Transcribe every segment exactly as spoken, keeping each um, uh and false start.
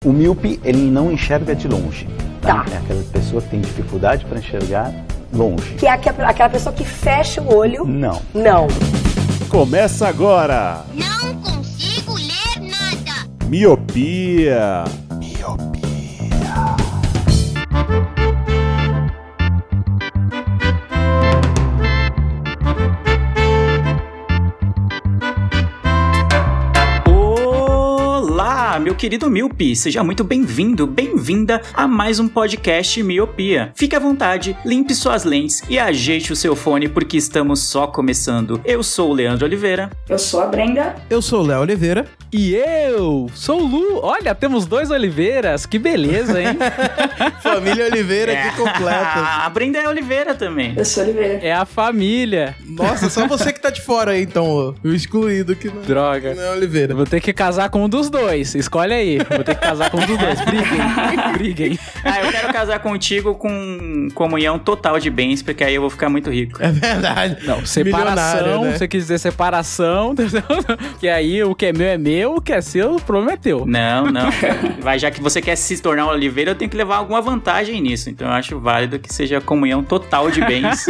O míope, ele não enxerga de longe. Tá? Tá. É aquela pessoa que tem dificuldade para enxergar longe. Que é aquela pessoa que fecha o olho? Não. Não. Começa agora. Não consigo ler nada. Miopia. Miopia. Olá, meu querido míope, seja muito bem-vindo, bem-vinda a mais um podcast Miopia. Fique à vontade, limpe suas lentes e ajeite o seu fone porque estamos só começando. Eu sou o Leandro Oliveira. Eu sou a Brenda. Eu sou o Léo Oliveira. E eu sou o Lu. Olha, temos dois Oliveiras, que beleza, hein? Família Oliveira É. aqui completa. A Brenda é Oliveira também. Eu sou a Oliveira. É a família. Nossa, só você que tá de fora aí, então, o excluído que não, Droga. não é Oliveira. Vou ter que casar com um dos dois. Escolhe aí. Vou ter que casar com um dos dois. Briguem. Briguem. Ah, eu quero casar contigo com comunhão total de bens, porque aí eu vou ficar muito rico. É verdade. Não, separação. Milionário, né? Você quis dizer separação, entendeu? Que aí o que é meu é meu, o que é seu, o problema é teu. Não, não. Vai, já que você quer se tornar um Oliveira, eu tenho que levar alguma vantagem nisso. Então eu acho válido que seja comunhão total de bens.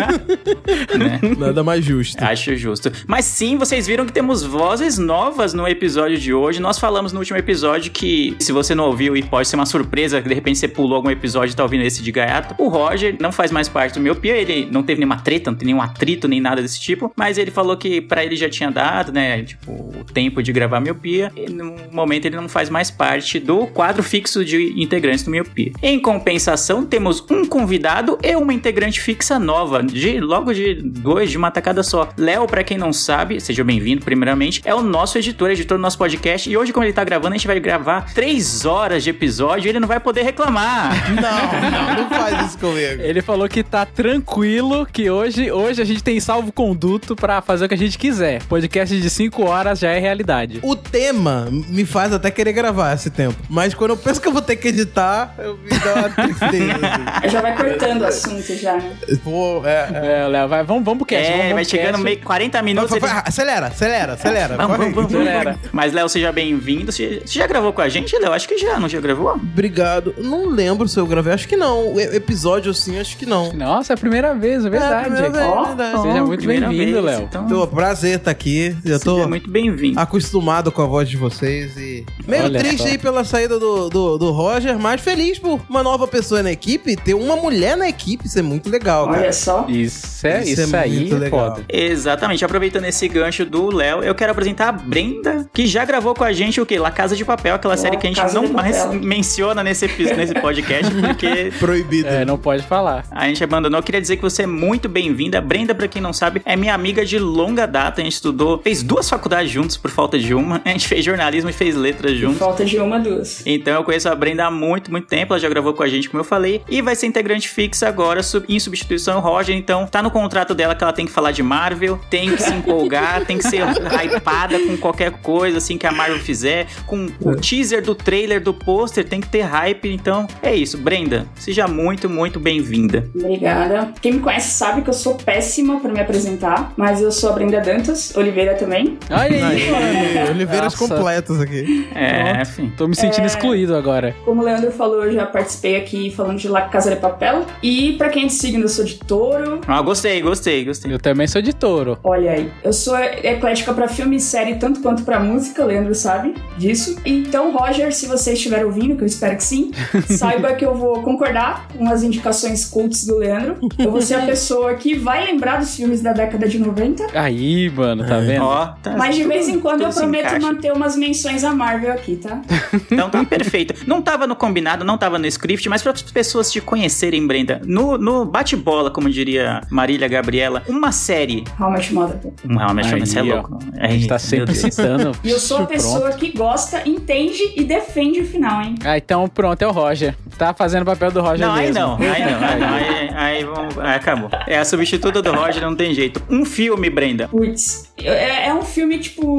Né? Nada mais justo. Acho justo. Mas sim, vocês viram que temos vozes novas no episódio de hoje. Nós falamos no último episódio que, se você não ouviu e pode ser uma surpresa, que de repente você pulou algum episódio e tá ouvindo esse de gaiato, o Roger não faz mais parte do Miopia, ele não teve nenhuma treta, não tem nenhum atrito, nem nada desse tipo, mas ele falou que pra ele já tinha dado, né, tipo, o tempo de gravar Miopia, e no momento ele não faz mais parte do quadro fixo de integrantes do Miopia. Em compensação, temos um convidado e uma integrante fixa nova, de logo de dois, de uma tacada só. Léo, pra quem não sabe, seja bem-vindo primeiramente, é o nosso editor, editor do nosso podcast, e hoje, como ele tá gravando, a gente vai gravar três horas de episódio e ele não vai poder reclamar. Não, não, não faz isso comigo. Ele falou que tá tranquilo, que hoje, hoje a gente tem salvo-conduto pra fazer o que a gente quiser. Podcast de cinco horas já é realidade. O tema me faz até querer gravar esse tempo. Mas quando eu penso que eu vou ter que editar, eu me dá uma tristeza. Assim. Já vai cortando o assunto já, né? Pô, é, é. É, Léo, vai, vamos, vamos pro cast. É, vamos, vai vamos chegando cast. meio quarenta minutos. Vai, vai, ele- vai, acelera, acelera, acelera. Vamos, Corre. vamos, vamos, Acelera. vamos. Mas, Léo, seja bem-vindo. Você você já gravou com a gente, Léo? Acho que já, não já gravou? Obrigado. Não lembro se eu gravei, acho que não. O episódio assim, acho que não. Nossa, é a primeira vez, é verdade. É a primeira vez, Ó, é verdade. Seja muito Primeira bem-vindo, vez, Léo. Então, Tô, prazer estar aqui. Eu tô seja muito bem-vindo. acostumado com a voz de vocês e meio Olha triste só. aí pela saída do, do, do Roger, mas feliz por uma nova pessoa na equipe, ter uma mulher na equipe, isso é muito legal, cara. Olha só. Isso é, Isso isso, é aí muito é legal. foda. Exatamente, aproveitando esse gancho do Léo, eu quero apresentar a Brenda, que já gravou com a gente o quê? La Casa de Papel, aquela Oh, série que a gente Casa não de mais Papel. menciona nesse, epi- nesse podcast, porque Proibido. É, não pode falar. a gente abandonou. Eu queria dizer que você é muito bem-vinda. A Brenda, pra quem não sabe, é minha amiga de longa data. A gente estudou, fez duas faculdades juntos por falta de uma. A gente fez jornalismo e fez letras juntos. Falta de uma, duas. Então eu conheço a Brenda há muito, muito tempo. Ela já gravou com a gente, como eu falei. E vai ser integrante fixa agora, sub- em substituição ao Roger. Então tá no contrato dela que ela tem que falar de Marvel, tem que se empolgar, tem que ser hypada com qualquer coisa assim que a Marvel fizer. Com o teaser do trailer, do pôster, tem que ter hype. Então é isso. Brenda, seja muito, muito bem-vinda. Obrigada. Quem me conhece sabe que eu sou péssima pra me apresentar, mas eu sou a Brenda Dantas, Oliveira também. Olha aí, Aí, mano. Oliveiras Nossa. completas aqui. É, Pronto. enfim. Tô me sentindo É. excluído agora. Como o Leandro falou, eu já participei aqui falando de La Casa de Papel. E pra quem é de signo, eu sou de touro. Ah, gostei, gostei, gostei. Eu também sou de touro. Olha aí, eu sou eclética pra filme e série, tanto quanto pra música, o Leandro sabe disso. Então, Roger, se você estiver ouvindo, que eu espero que sim, saiba que eu vou concordar com as indicações cults do Leandro. Eu vou ser a pessoa que vai lembrar dos filmes da década de noventa. Aí, mano, tá vendo? Ó, tá Mas de tudo- vez em quando tudo eu se prometo encaixa. manter umas menções a Marvel aqui, tá? Então tá perfeito. Não tava no combinado, não tava no script, mas para as pessoas te conhecerem, Brenda, no, no bate-bola, como diria Marília Gabriela, uma série. How Much Mother. Um realmente Aí, você é ó. louco. A gente tá sempre citando. E eu sou a Pronto. pessoa que gosta, entende e defende o final, hein? Ah, então pronto, é o Roger. Tá fazendo o papel do Roger Não, aí mesmo. não, aí não, aí não, aí, aí, vamos, aí acabou. É a substituta do Roger, não tem jeito. Um filme, Brenda. Putz, é, é um filme, tipo,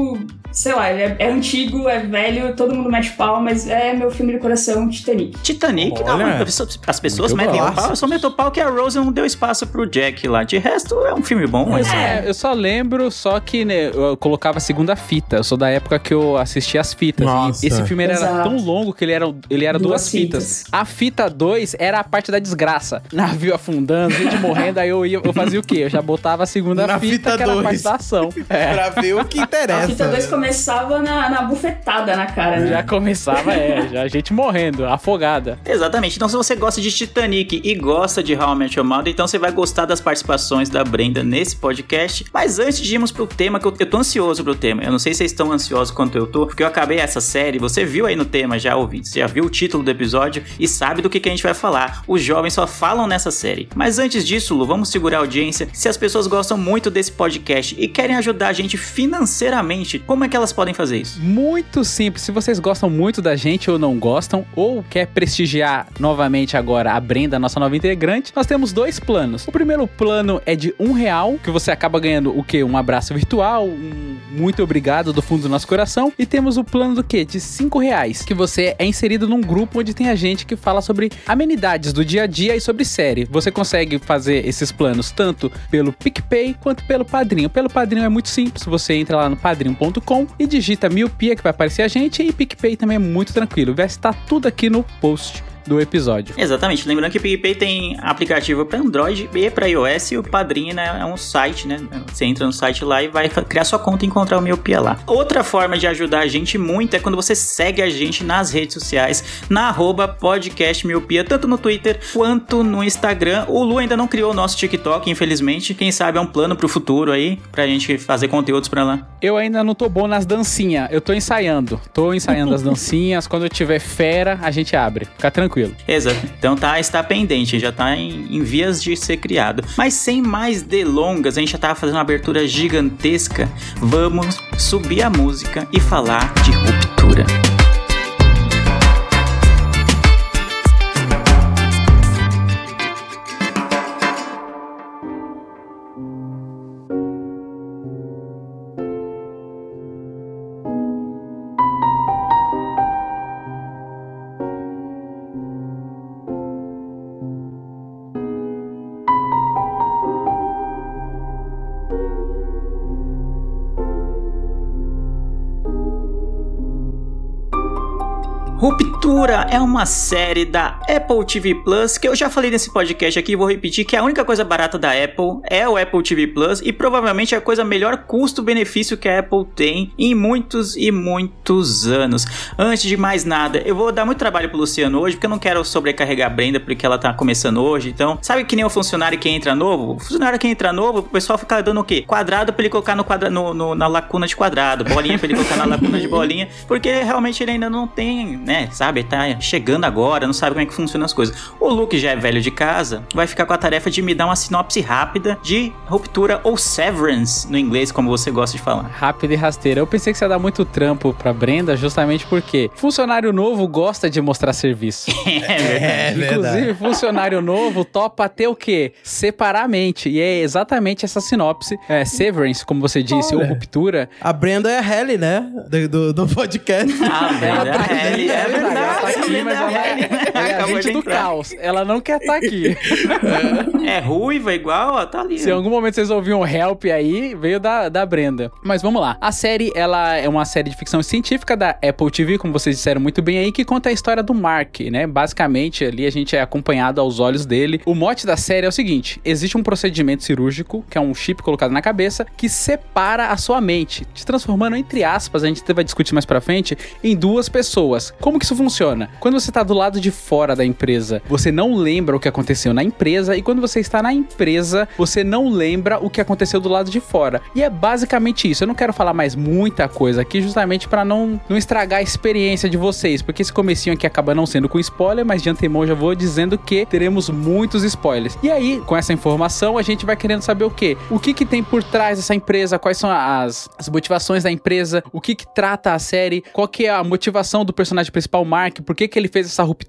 sei lá, ele é, é antigo, é velho, todo mundo mete pau, mas é meu filme de coração, Titanic. Titanic, não, Olha, as pessoas muito metem o clássico. pau, eu só meto o pau que a Rose não deu espaço pro Jack lá. De resto, é um filme bom, mas... É. É, eu só lembro, só que né, eu colocava a segunda fita. Eu sou da época que eu assistia as fitas. Nossa. E esse filme ele era Exato. tão longo que ele era, ele era duas, Duas fitas. fitas. A fita dois era a parte da desgraça. Navio afundando, gente morrendo, aí eu, ia, eu fazia o quê? Eu já botava a segunda Na fita, fita que era a dois. parte da ação. É. Pra ver o que interessa. A fita dois começava na, na bufetada na cara, né? Já começava, é, já a gente morrendo, afogada. Exatamente. Então, se você gosta de Titanic e gosta de How I Met Your Mother, então você vai gostar das participações da Brenda nesse podcast. Mas antes de irmos pro tema, que eu, eu tô ansioso pro tema. Eu não sei se vocês estão ansiosos quanto eu tô, porque eu acabei essa série. Você viu aí no tema já, ouvintes? Você já viu o título do episódio e sabe do que, que a gente vai falar. Os jovens só falam nessa série. Mas antes disso, Lu, vamos segurar a audiência. Se as pessoas gostam muito desse podcast e querem ajudar a gente financeiramente, como é que elas podem fazer isso? Muito simples. Se vocês gostam muito da gente ou não gostam, ou quer prestigiar novamente agora a Brenda, nossa nova integrante, nós temos dois planos. O primeiro plano é de um real, que você acaba ganhando o quê? Um abraço virtual, um muito obrigado do fundo do nosso coração. E temos o plano do quê? De cinco reais, que você é inserido num grupo onde tem a gente que fala sobre amenidades do dia a dia e sobre série. Você consegue fazer esses planos tanto pelo PicPay quanto pelo Padrinho. Pelo Padrinho é muito simples, você entra lá no padrinho ponto com e digita miopia que vai aparecer a gente, e PicPay também é muito tranquilo. Vai estar tudo aqui no post do episódio. Exatamente, lembrando que o PicPay tem aplicativo para Android e para iOS, e o Padrinho, né, é um site, né? Você entra no site lá e vai criar sua conta e encontrar o Miopia lá. Outra forma de ajudar a gente muito é quando você segue a gente nas redes sociais, na arroba podcast Miopia, tanto no Twitter quanto no Instagram. O Lu ainda não criou o nosso TikTok, infelizmente. Quem sabe é um plano pro futuro aí, pra gente fazer conteúdos pra lá. Eu ainda não tô bom nas dancinhas, eu tô ensaiando. Tô ensaiando as dancinhas, quando eu tiver fera, a gente abre. Fica tranquilo. Exato. Então tá, está pendente, já tá em, em vias de ser criado. Mas sem mais delongas, a gente já tava fazendo uma abertura gigantesca. Vamos subir a música e falar de ruptura. Ruptura é uma série da Apple T V Plus, que eu já falei nesse podcast aqui e vou repetir que a única coisa barata da Apple é o Apple T V Plus, e provavelmente é a coisa melhor custo-benefício que a Apple tem em muitos e muitos anos. Antes de mais nada, eu vou dar muito trabalho pro Luciano hoje, porque eu não quero sobrecarregar a Brenda, porque ela tá começando hoje. Então, sabe que nem o funcionário que entra novo? O funcionário que entra novo, o pessoal fica dando o quê? Quadrado pra ele colocar no quadra, no, no, na lacuna de quadrado, bolinha pra ele colocar na lacuna de bolinha, porque realmente ele ainda não tem, né, sabe, tá chegando agora, não sabe como é que funcionam as coisas. O Luke já é velho de casa, vai ficar com a tarefa de me dar uma sinopse rápida de Ruptura, ou Severance, no inglês, como você gosta de falar. Rápida e rasteira. Eu pensei que você ia dar muito trampo pra Brenda, justamente porque funcionário novo gosta de mostrar serviço. É verdade. É Inclusive, verdade. funcionário novo topa ter o quê? Separar a mente. E é exatamente essa sinopse. É, Severance, como você disse, Olha. ou Ruptura. A Brenda é a Halle, né? Do, do, do podcast. Ah, Brenda, tá é, aqui, é verdade. Ela tá aqui, mas ela, é ela é a Acabou gente de do entrar. caos. Ela não quer estar aqui. É ruiva igual, ó, tá ali. Se em algum momento vocês ouviram um help aí, veio da, da Brenda. Mas vamos lá. A série, ela é uma série de ficção científica da Apple T V, como vocês disseram muito bem aí, que conta a história do Mark, né? Basicamente, ali a gente é acompanhado aos olhos dele. O mote da série é o seguinte: existe um procedimento cirúrgico, que é um chip colocado na cabeça, que separa a sua mente, te transformando, entre aspas, a gente vai discutir mais pra frente, em duas pessoas. Como que isso funciona? Quando você tá do lado de fora da empresa, você não lembra o que aconteceu na empresa, e quando você está na empresa, você não lembra o que aconteceu do lado de fora. E é basicamente isso. Eu não quero falar mais muita coisa aqui, justamente pra não, não estragar a experiência de vocês, porque esse comecinho aqui acaba não sendo com spoiler, mas de antemão já vou dizendo que teremos muitos spoilers. E aí, com essa informação, a gente vai querendo saber o quê? O que que tem por trás dessa empresa, quais são as, as motivações da empresa, o que que trata a série, qual que é a motivação do personagem principal, Mark, por que que ele fez essa ruptura, né?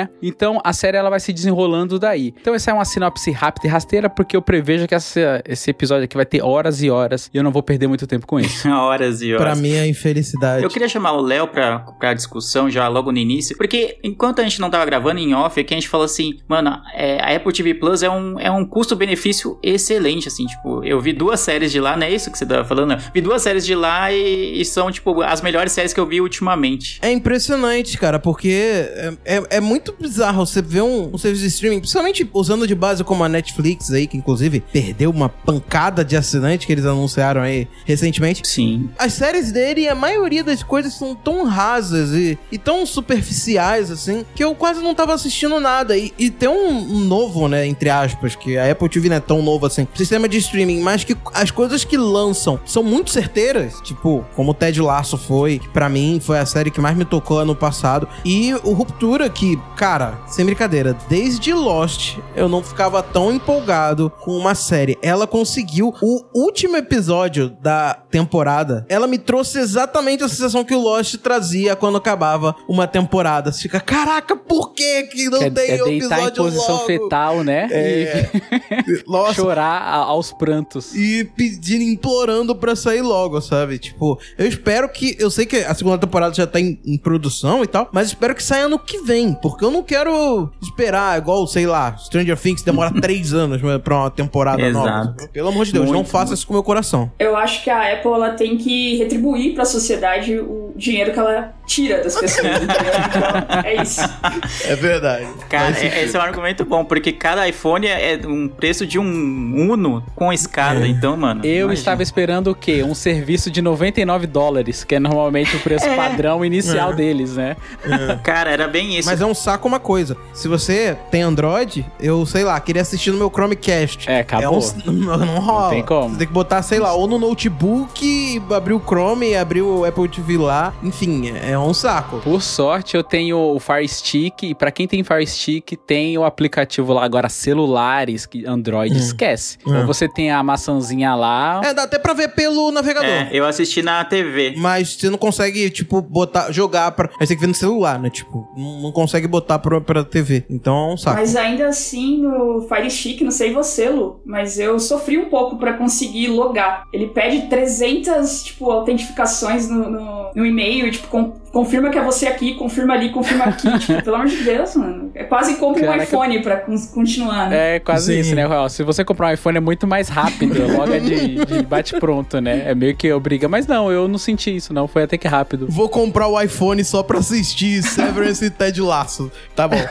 né? Então a série ela vai se desenrolando daí. Então essa é uma sinopse rápida e rasteira, porque eu prevejo que essa, esse episódio aqui vai ter horas e horas e eu não vou perder muito tempo com isso. Horas e horas. Pra mim é infelicidade. Eu queria chamar o Léo pra, pra discussão já logo no início, porque enquanto a gente não tava gravando em off, aqui a gente falou assim, mano, é, a Apple T V Plus é um, é um custo-benefício excelente, assim, tipo, eu vi duas séries de lá, não é isso que você tava falando? Né? Vi duas séries de lá e, e são, tipo, as melhores séries que eu vi ultimamente. É impressionante, cara, porque é, é, é muito bizarro você ver um, um serviço de streaming, principalmente usando de base como a Netflix aí, que inclusive perdeu uma pancada de assinante que eles anunciaram aí recentemente. Sim. As séries dele, a maioria das coisas são tão rasas e, e tão superficiais, assim, que eu quase não tava assistindo nada. E, e tem um, um novo, né, entre aspas, que a Apple T V não é tão novo assim, sistema de streaming, mas que as coisas que lançam são muito certeiras, tipo, como o Ted Lasso foi, que pra mim foi a série que mais me tocou ano passado, e o Ruptura, que, cara, sem brincadeira, desde Lost eu não ficava tão empolgado com uma série. Ela conseguiu, o último episódio da temporada, ela me trouxe exatamente a sensação que o Lost trazia quando acabava uma temporada. Você fica, caraca, por que que não é, tem é o deitar episódio em posição logo? fetal, né? É. E Nossa. chorar a, aos prantos. E pedindo, implorando pra sair logo, sabe? Tipo, eu espero que... Eu sei que a segunda temporada já tá em, em produção e tal, mas espero que saia ano que vem, porque eu não quero esperar igual, sei lá, Stranger Things demora três anos pra uma temporada Exato. nova. Pelo amor de Deus, Muito, não faça muito. isso com o meu coração. Eu acho que a Apple ela tem que retribuir pra sociedade o dinheiro que ela tira das pessoas. Então, é isso. É verdade. Cara, é, esse é um argumento bom, porque cada iPhone é um preço de um Uno com escada, É. então, mano. Eu imagina. estava esperando o quê? Um serviço de noventa e nove dólares, que é normalmente o preço É. padrão inicial É. deles, né? Cara, era bem isso. Mas é um saco uma coisa. Se você tem Android, eu, sei lá, queria assistir no meu Chromecast. É, acabou. É um, não, não rola. Não tem como. Você tem que botar, sei lá, ou no notebook, abrir o Chrome, abrir o Apple T V lá. Enfim, é, é um saco. Por sorte, eu tenho o Fire Stick, e pra quem tem Fire Stick, tem o aplicativo lá agora, celulares, que Android Hum. esquece. Hum. Ou você tem a maçãzinha lá... É, dá até pra ver pelo navegador. É, eu assisti na T V. Mas você não consegue, tipo, botar, jogar pra... Aí você tem que ver no celular, né? Tipo, não, não consegue botar pra, pra T V. Então é um saco. Mas ainda assim, no Fire Stick, não sei você, Lu, mas eu sofri um pouco pra conseguir logar. Ele pede trezentas, tipo, autentificações no, no, no e-mail, tipo, com, confirma que é você aqui, confirma ali, confirma aqui. Tipo, pelo amor de Deus, mano. É quase compra um Caraca. iPhone pra con- continuar, né? É quase Sim. isso, né, Raul? Se você comprar um iPhone é muito mais rápido, logo é de, de bate-pronto, né? É meio que obriga. Mas não, eu não senti isso, não. Foi até que rápido. Vou comprar o iPhone só pra assistir Severance e Ted Lasso. Tá bom.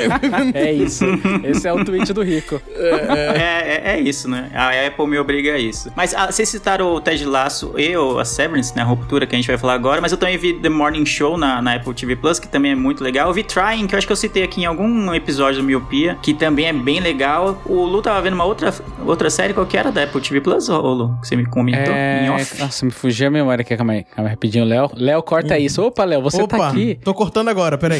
É isso. Esse é o tweet do Rico. É, é, é isso, né? A Apple me obriga a isso. Mas ah, vocês citaram o Ted Lasso e o- a Severance, né? A Ruptura, que a gente vai falar agora. Mas eu também vi The Morning Show na, na Apple T V Plus, que também é muito legal. Eu vi Trying, que eu acho que eu citei aqui em algum episódio do Miopia, que também é bem legal. O Lu tava vendo uma outra, outra série, qual que era da Apple T V Plus, ô Lu? Que você me comentou É... em off. Nossa, me fugiu a memória aqui. Calma aí, calma aí rapidinho, Léo. Léo, corta isso. Opa, Léo, você Opa, tá aqui. tô cortando agora, peraí.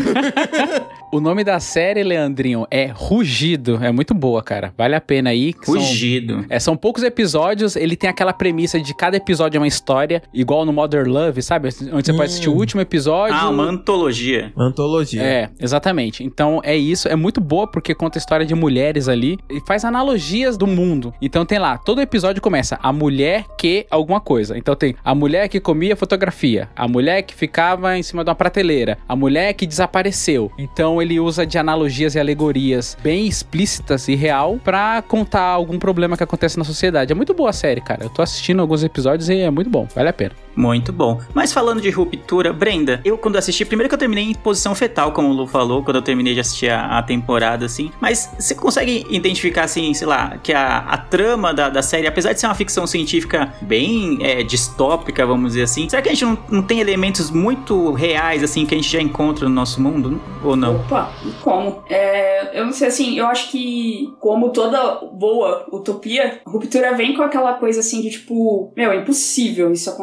O nome da série, Leandrinho, é Rugido. É muito boa, cara. Vale a pena aí. que são- Fugido. É, são poucos episódios, ele tem aquela premissa de cada episódio é uma história, igual no Modern Love, sabe? Onde você Hum. pode assistir o último episódio. Ah, uma antologia. Antologia. É, exatamente. Então é isso, é muito boa porque conta a história de mulheres ali e faz analogias do mundo. Então tem lá, todo episódio começa a mulher que alguma coisa. Então tem a mulher que comia fotografia, a mulher que ficava em cima de uma prateleira, a mulher que desapareceu. Então ele usa de analogias e alegorias bem explícitas e real pra contar algum problema que acontece na sociedade. É muito boa a série, cara. Eu tô assistindo alguns episódios e é muito bom, vale a pena. Muito bom. Mas falando de Ruptura, Brenda, eu quando assisti, primeiro que eu terminei em posição fetal, como o Lu falou, quando eu terminei de assistir a, a temporada, assim. Mas você consegue identificar, assim, sei lá, que a, a trama da, da série, apesar de ser uma ficção científica bem é, distópica, vamos dizer assim, será que a gente não, não tem elementos muito reais, assim, que a gente já encontra no nosso mundo? Ou não? Opa, e como? É, eu não sei, assim, eu acho que como toda boa utopia, a Ruptura vem com aquela coisa assim de tipo, meu, é impossível isso acontecer,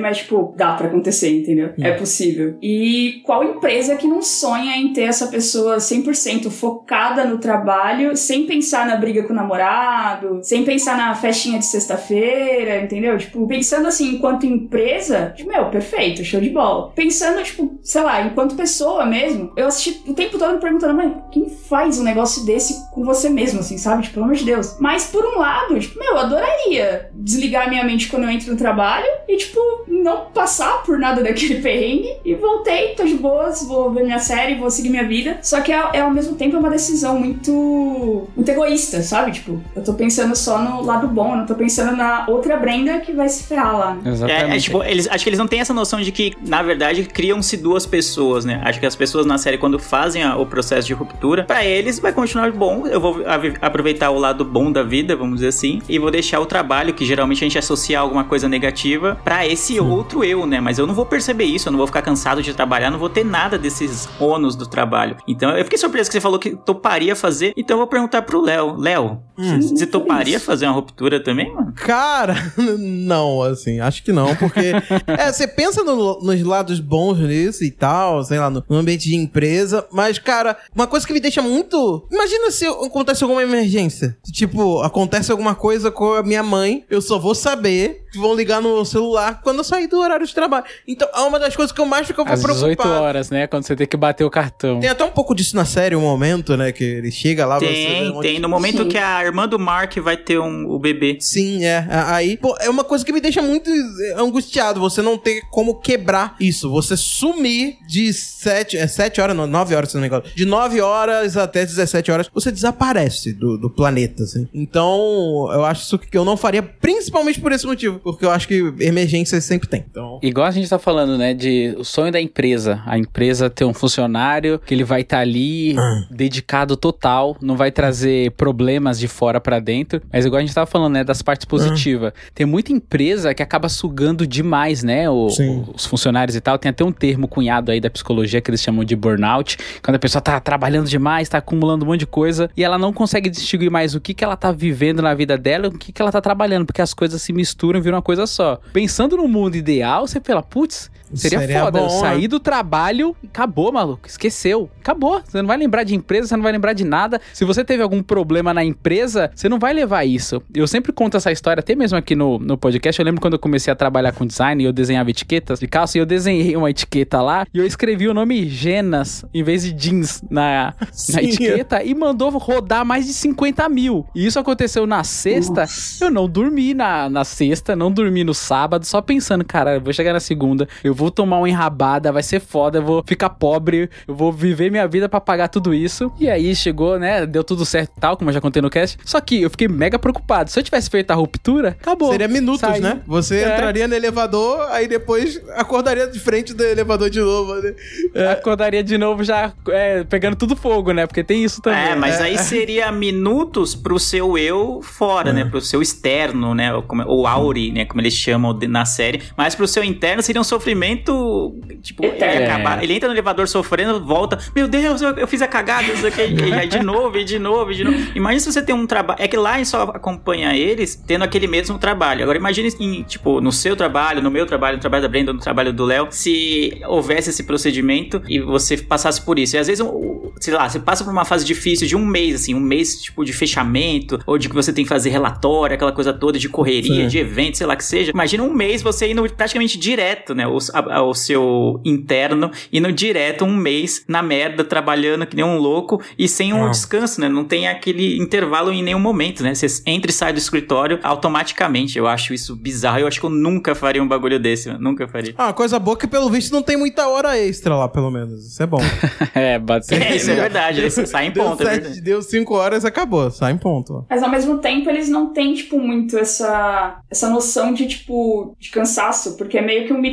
mas, tipo, dá pra acontecer, entendeu? Hum. É possível. E qual empresa que não sonha em ter essa pessoa cem por cento focada no trabalho, sem pensar na briga com o namorado, sem pensar na festinha de sexta-feira, entendeu? Tipo, pensando assim, enquanto empresa, tipo, meu, perfeito, show de bola. Pensando, tipo, sei lá, enquanto pessoa mesmo, eu assisti o tempo todo me perguntando, mãe, quem faz um negócio desse com você mesmo, assim, sabe? Tipo, pelo amor de Deus. Mas, por um lado, tipo, meu, eu adoraria desligar minha mente quando eu entro no trabalho e, tipo, não passar por nada daquele perrengue e voltei, tô de boas, vou ver minha série, vou seguir minha vida. Só que, é, é ao mesmo tempo, é uma decisão muito, muito egoísta, sabe? Tipo, eu tô pensando só no lado bom, eu não tô pensando na outra Brenda que vai se ferrar lá. Né? Exatamente. É, é, tipo, eles, acho que eles não têm essa noção de que, na verdade, criam-se duas pessoas, né? Acho que as pessoas na série, quando fazem a, o processo de ruptura, pra eles vai continuar bom, eu vou a, aproveitar o lado bom da vida, vamos dizer assim, e vou deixar o trabalho, que geralmente a gente associa a alguma coisa negativa, pra esse Sim. outro eu, né? Mas eu não vou perceber isso, eu não vou ficar cansado de trabalhar, não vou ter nada desses ônus do trabalho. Então, eu fiquei surpreso que você falou que toparia fazer, então eu vou perguntar pro Léo. Léo, hum, você toparia fazer uma ruptura também, mano? Cara, não, assim, acho que não, porque é, você pensa no, nos lados bons nisso e tal, sei lá, no, no ambiente de empresa, mas, cara, uma coisa que me deixa muito... Imagina se acontece alguma emergência, tipo, acontece alguma coisa com a minha mãe, eu só vou saber, vão ligar no celular quando eu sair do horário de trabalho. Então, é uma das coisas que eu mais fico preocupado. Às dezoito horas, né, quando você tem que bater o cartão. Tem até um pouco disso na série, um momento, né, que ele chega lá... Tem, você, tem, no momento Sim. que a irmã do Mark vai ter um, o bebê. Sim, é, aí, pô, é uma coisa que me deixa muito angustiado, você não ter como quebrar isso, você sumir de sete, é sete horas, não, nove horas, se não me engano, de nove horas até dezessete horas, você desaparece do, do planeta, assim. Então, eu acho isso que eu não faria, principalmente por esse motivo, porque eu acho que emergências sempre tem. Então... Igual a gente tá falando, né, de o sonho da empresa, a empresa ter um funcionário que ele vai estar tá ali hum. dedicado total, não vai trazer problemas de fora pra dentro, mas igual a gente tava falando, né, das partes positivas. Hum. Tem muita empresa que acaba sugando demais, né, o, os funcionários e tal. Tem até um termo cunhado aí da psicologia que eles chamam de burnout, quando a pessoa tá trabalhando demais, tá acumulando um monte de coisa e ela não consegue distinguir mais o que que ela tá vivendo na vida dela e o que que ela tá trabalhando, porque as coisas se misturam e viram uma coisa só. Pensando no mundo ideal, você fala, putz, seria, seria foda, bom, eu sair né? do trabalho, acabou, maluco, esqueceu, acabou, você não vai lembrar de empresa, você não vai lembrar de nada, se você teve algum problema na empresa, você não vai levar isso. Eu sempre conto essa história, até mesmo aqui no, no podcast, eu lembro quando eu comecei a trabalhar com design e eu desenhava etiquetas de calça, e eu desenhei uma etiqueta lá, e eu escrevi o nome Genas, em vez de jeans, na, na etiqueta, e mandou rodar mais de cinquenta mil, e isso aconteceu na sexta. Nossa. Eu não dormi na, na sexta, não dormi no sábado, só pensando, cara, eu vou chegar na segunda, eu vou tomar uma enrabada, vai ser foda, eu vou ficar pobre, eu vou viver minha vida pra pagar tudo isso. E aí chegou, né, deu tudo certo e tal, como eu já contei no cast. Só que eu fiquei mega preocupado. Se eu tivesse feito a ruptura, acabou. Seria minutos, Saí. né? Você é. entraria no elevador, aí depois acordaria de frente do elevador de novo, né? É. Acordaria de novo já é, pegando tudo fogo, né? Porque tem isso também. É, mas é. aí seria minutos pro seu eu fora, é. né? Pro seu externo, né? Ou, ou auri, né? Como eles chamam na série. Mas pro seu interno seria um sofrimento, tipo, ele, é. acabar, ele entra no elevador sofrendo, volta, meu Deus, eu, eu fiz a cagada, isso aqui, e aí de novo, e de novo, e de novo. Imagina se você tem um trabalho, é que lá a gente só acompanha eles tendo aquele mesmo trabalho. Agora imagine, em, tipo, no seu trabalho, no meu trabalho, no trabalho da Brenda, no trabalho do Léo, se houvesse esse procedimento e você passasse por isso. E às vezes, sei lá, você passa por uma fase difícil de um mês, assim, um mês, tipo, de fechamento, ou de que você tem que fazer relatório, aquela coisa toda de correria, Sim. de evento, sei lá que seja. Imagina um mês você indo praticamente direto, né, o, a, o seu interno, indo direto um mês na merda, trabalhando que nem um louco e sem um ah. descanso, né, não tem aquele intervalo em nenhum momento, né, você entra e sai do escritório automaticamente. Eu acho isso bizarro, eu acho que eu nunca faria um bagulho desse, mano. Nunca faria. Ah, coisa boa que pelo visto não tem muita hora extra lá, pelo menos, isso é bom. é, bate é, isso é verdade, deu, sai em ponto. Deu, é sete, deu cinco horas, acabou, sai em ponto. Mas ao mesmo tempo eles não têm, tipo, muito essa, essa noção de, tipo, de cansaço, porque é meio que um mito da caverna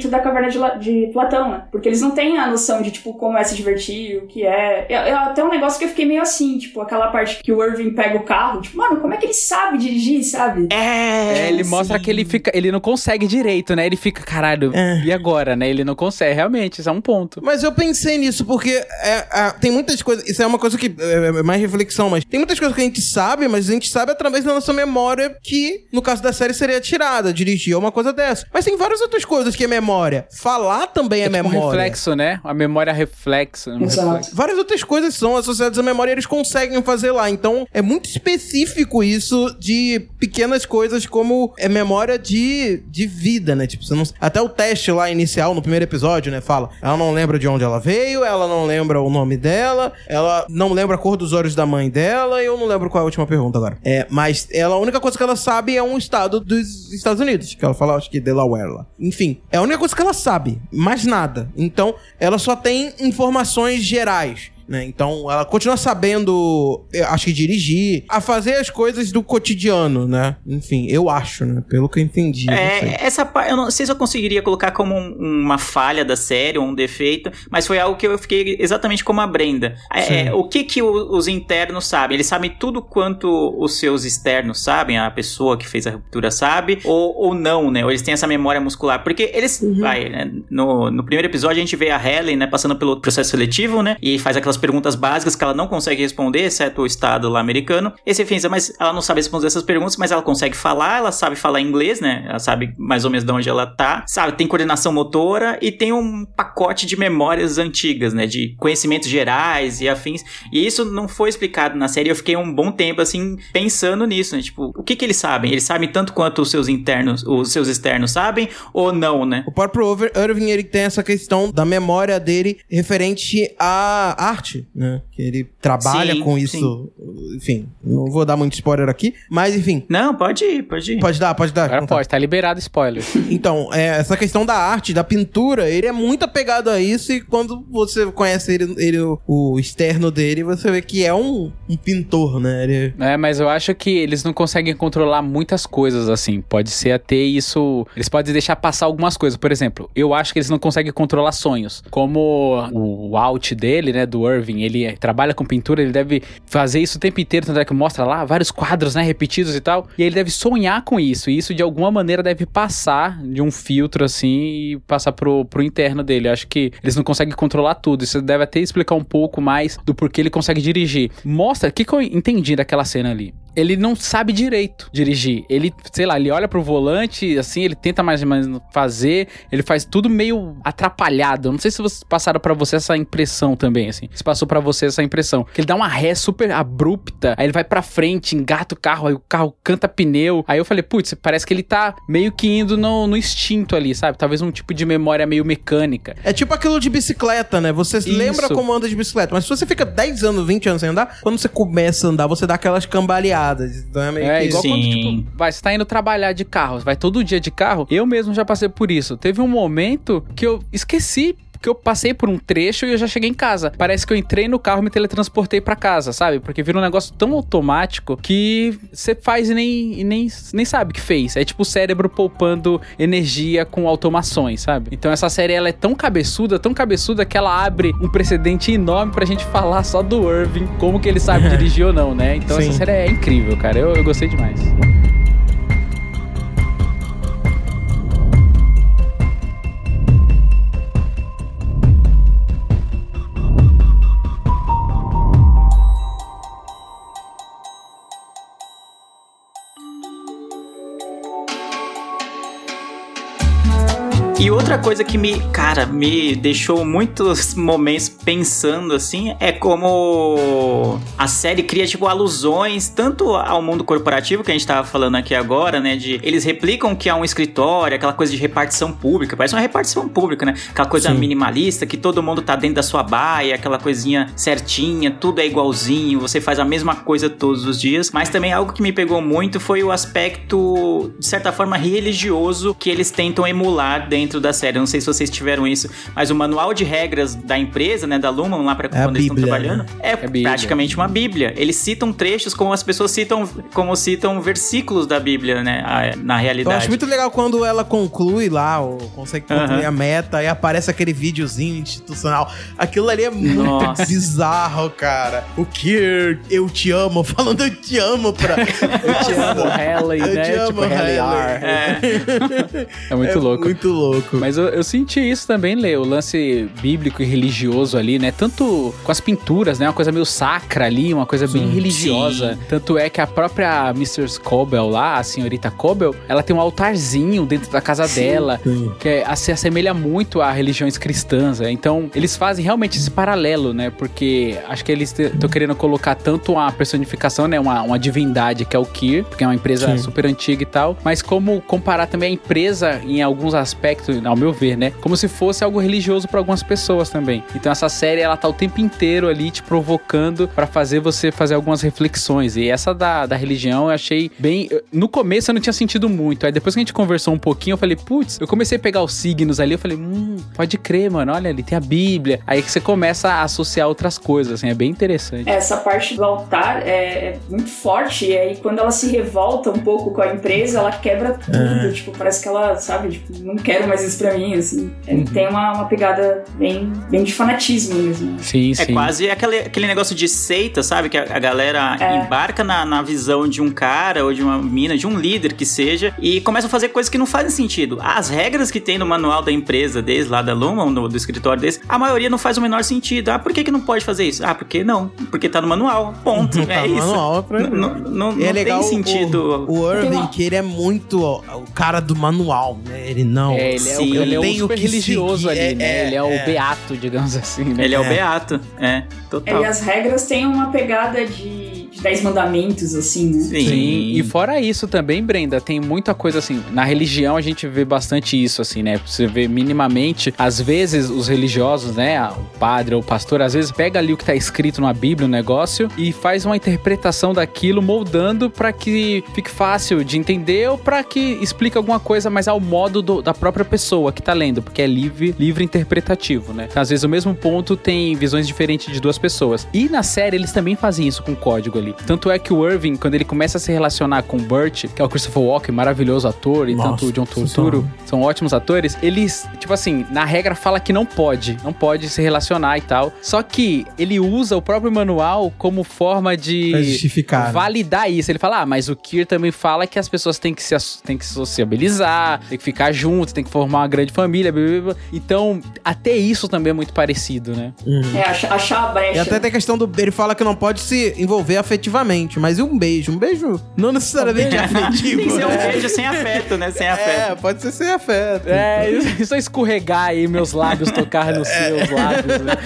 de, de Platão, né? Porque eles não têm a noção de, tipo, como é se divertir, o que é... É, é até um negócio que eu fiquei meio assim, tipo, aquela parte que o Irving pega o carro, tipo, mano, como é que ele sabe dirigir, sabe? É, é ele sim. mostra que ele fica, ele não consegue direito, né? Ele fica, caralho, É. e agora, né? Ele não consegue, realmente, isso é um ponto. Mas eu pensei nisso, porque é, é, tem muitas coisas... Isso é uma coisa que é, é mais reflexão, mas tem muitas coisas que a gente sabe, mas a gente sabe através da nossa memória, que, no caso da série, seria tirada, dirigir, ou uma coisa dessa. Mas tem várias outras coisas que é memória. Falar também é, É tipo um memória. reflexo, né? A memória reflexo. Um Exato. reflexo. Várias outras coisas são associadas à memória e eles conseguem fazer lá. Então, é muito específico isso de pequenas coisas como é memória de, de vida, né? Tipo, você não... Até o teste lá inicial, no primeiro episódio, né? Fala, ela não lembra de onde ela veio, ela não lembra o nome dela, ela não lembra a cor dos olhos da mãe dela, e eu não lembro qual é a última pergunta agora. É, mas ela, a única coisa que ela sabe é um estado dos Estados Unidos, que ela fala, acho que Delaware lá. Enfim, é a única coisa que ela sabe, mais nada. Então, ela só tem informações gerais, né? Então, ela continua sabendo, eu acho que dirigir, a fazer as coisas do cotidiano, né? Enfim, eu acho, né? Pelo que eu entendi. não sei. É, essa parte, eu não sei se eu conseguiria colocar como um- uma falha da série ou um defeito, mas foi algo que eu fiquei exatamente como a Brenda. É, é, o que que o- os internos sabem? Eles sabem tudo quanto os seus externos sabem, a pessoa que fez a ruptura sabe, ou, ou não, né? Ou eles têm essa memória muscular, porque eles, vai, né? no, no primeiro episódio a gente vê a Helen, né, passando pelo processo seletivo, né, e faz aquelas perguntas básicas que ela não consegue responder, exceto o estado lá americano. E você pensa, mas ela não sabe responder essas perguntas, mas ela consegue falar, ela sabe falar inglês, né? Ela sabe mais ou menos de onde ela tá, sabe? Tem coordenação motora e tem um pacote de memórias antigas, né? De conhecimentos gerais e afins. E isso não foi explicado na série. Eu fiquei um bom tempo, assim, pensando nisso, né? Tipo, o que que eles sabem? Eles sabem tanto quanto os seus internos, os seus externos sabem ou não, né? O próprio Over- Irving, ele tem essa questão da memória dele referente à arte, né? Que ele trabalha Sim, com isso. Enfim, não vou dar muito spoiler aqui, mas enfim. Não, pode ir, pode ir. Pode dar, pode dar. Agora contar. pode, tá liberado spoiler. Então, é, essa questão da arte, da pintura, ele é muito apegado a isso, e quando você conhece ele, ele o, o externo dele, você vê que é um, um pintor, né? Ele... É, mas eu acho que eles não conseguem controlar muitas coisas, assim. Pode ser até isso... Eles podem deixar passar algumas coisas. Por exemplo, eu acho que eles não conseguem controlar sonhos. Como o out dele, né, do Irving, ele trabalha com pintura, ele deve fazer isso o tempo inteiro, tanto é que mostra lá vários quadros, né, repetidos e tal. E ele deve sonhar com isso. E isso, de alguma maneira, deve passar de um filtro, assim, e passar pro, pro interno dele. Eu acho que eles não conseguem controlar tudo. Isso deve até explicar um pouco mais do porquê ele consegue dirigir. Mostra, o que, que eu entendi daquela cena ali? Ele não sabe direito dirigir. Ele, sei lá, ele olha pro volante, assim, ele tenta mais ou menos fazer, ele faz tudo meio atrapalhado. Eu não sei se vocês passaram pra você essa impressão também, assim. Se passou pra você essa impressão. Que ele dá uma ré super abrupta, aí ele vai pra frente, engata o carro, aí o carro canta pneu. Aí eu falei, putz, parece que ele tá meio que indo no, no instinto ali, sabe? Talvez um tipo de memória meio mecânica. É tipo aquilo de bicicleta, né? Você Isso. lembra como anda de bicicleta, mas se você fica dez anos, vinte anos sem andar, quando você começa a andar, você dá aquelas cambaleadas. Então é meio É, que... igual quando, Sim. tipo, vai, você tá indo trabalhar de carro, vai todo dia de carro. Eu mesmo já passei por isso. Teve um momento que eu esqueci que eu passei por um trecho e eu já cheguei em casa. Parece que eu entrei no carro e me teletransportei pra casa, sabe? Porque vira um negócio tão automático que você faz e nem, e nem, nem sabe que fez. É tipo o cérebro poupando energia com automações, sabe? Então essa série, ela é tão cabeçuda, tão cabeçuda, que ela abre um precedente enorme pra gente falar só do Irving, como que ele sabe dirigir ou não, né? Então Sim. essa série é incrível, cara. Eu, eu gostei demais. E outra coisa que me, cara, me deixou muitos momentos pensando, assim, é como a série cria, tipo, alusões tanto ao mundo corporativo, que a gente tava falando aqui agora, né, de eles replicam que é um escritório, aquela coisa de repartição pública, parece uma repartição pública, né, aquela coisa Sim. minimalista, que todo mundo tá dentro da sua baia, aquela coisinha certinha, tudo é igualzinho, você faz a mesma coisa todos os dias, mas também algo que me pegou muito foi o aspecto, de certa forma, religioso que eles tentam emular dentro dentro da série. Eu não sei se vocês tiveram isso, mas o manual de regras da empresa, né, da Lumon, lá pra É a quando eles estão Bíblia, trabalhando, né? é, É Bíblia. praticamente uma Bíblia. Eles citam trechos como as pessoas citam, como citam versículos da Bíblia, né, a- na Eu realidade. acho muito legal quando ela conclui lá, ou consegue concluir Aham. a meta, e aparece aquele videozinho institucional. Aquilo ali é muito Nossa. bizarro, cara. O Kier, eu te amo, falando eu te amo pra... Eu te amo. Halley, Eu né? te amo, Tipo, Halley R. É. É muito é louco. muito louco. Mas eu, eu senti isso também, Lê, o lance bíblico e religioso ali, né? Tanto com as pinturas, né? Uma coisa meio sacra ali, uma coisa bem religiosa. Sim. Tanto é que a própria mister Cobell lá, a senhorita Cobell, ela tem um altarzinho dentro da casa dela, Sim. que é- se assemelha muito a religiões cristãs, né? Então, eles fazem realmente esse paralelo, né? Porque acho que eles estão querendo colocar tanto uma personificação, né? Uma, uma divindade que é o Kier, porque é uma empresa Sim. super antiga e tal, mas como comparar também a empresa em alguns aspectos, ao meu ver, né? Como se fosse algo religioso para algumas pessoas também. Então essa série, ela tá o tempo inteiro ali te provocando para fazer você fazer algumas reflexões. E essa da, da religião eu achei bem... No começo eu não tinha sentido muito. Aí depois que a gente conversou um pouquinho, eu falei, putz, eu comecei a pegar os signos ali, eu falei, hum, pode crer, mano, olha ali, tem a Bíblia. Aí que você começa a associar outras coisas, assim, é bem interessante. Essa parte do altar é, é muito forte, e aí quando ela se revolta um pouco com a empresa, ela quebra tudo, tipo, parece que ela, sabe, tipo, não quero mais isso pra mim, assim. Uhum. Tem uma, uma pegada bem, bem de fanatismo mesmo. Sim, É sim. quase aquele, aquele negócio de seita, sabe? Que a, a galera É. embarca na, na visão de um cara ou de uma mina, de um líder que seja, e começa a fazer coisas que não fazem sentido. As regras que tem no manual da empresa deles, lá da Lumon, do, do escritório deles, a maioria não faz o menor sentido. Ah, por que, que não pode fazer isso? Ah, porque não. Porque tá no manual. Ponto. Tá é no isso. manual, é pra- Não, não, não, E é não legal tem sentido. o, o Irving, Tem uma- que ele é muito ó, o cara do manual, né? Ele não... É, ele é, Sim. o, ele é Eu o tenho super que religioso seguir, ali, é, né? é, ele é, o é. beato, digamos assim, né? Ele é, o É. beato. É, total. E as regras têm uma pegada de, de Dez Mandamentos, assim, né? Sim. Sim, e fora isso também, Brenda, tem muita coisa assim, na religião a gente vê bastante isso, assim, né? Você vê minimamente, às vezes os religiosos, né, o padre ou o pastor, às vezes pega ali o que tá escrito na Bíblia, o negócio, e faz uma interpretação daquilo, moldando pra que fique fácil de entender ou pra que explique alguma coisa mais ao modo do- da própria pessoa que tá lendo, porque é livre, livre interpretativo, né? Então, às vezes o mesmo ponto tem visões diferentes de duas pessoas. E na série eles também fazem isso com código ali. Tanto é que o Irving, quando ele começa a se relacionar com o Burt, que é o Christopher Walken, maravilhoso ator, e Nossa, tanto o John Turturro, sensacional. são ótimos atores, eles, tipo assim, na regra fala que não pode, não pode se relacionar e tal. Só que ele usa o próprio manual como forma de Pra justificar, né? validar isso. Ele fala, ah, mas o Kier também fala que as pessoas têm que se, asso- têm que se sociabilizar, tem que ficar juntos, tem que formar uma grande família, blá, blá, blá. Então, até isso também é muito parecido, né? É, achar, achar a brecha. E até tem a questão do... Ele fala que não pode se envolver afetivamente, mas e um beijo? Um beijo não necessariamente afetivo, Tem que ser um né? beijo sem afeto, né? Sem afeto. É, pode ser sem afeto. É, isso, isso é escorregar aí, meus lábios tocar nos seus lábios, né?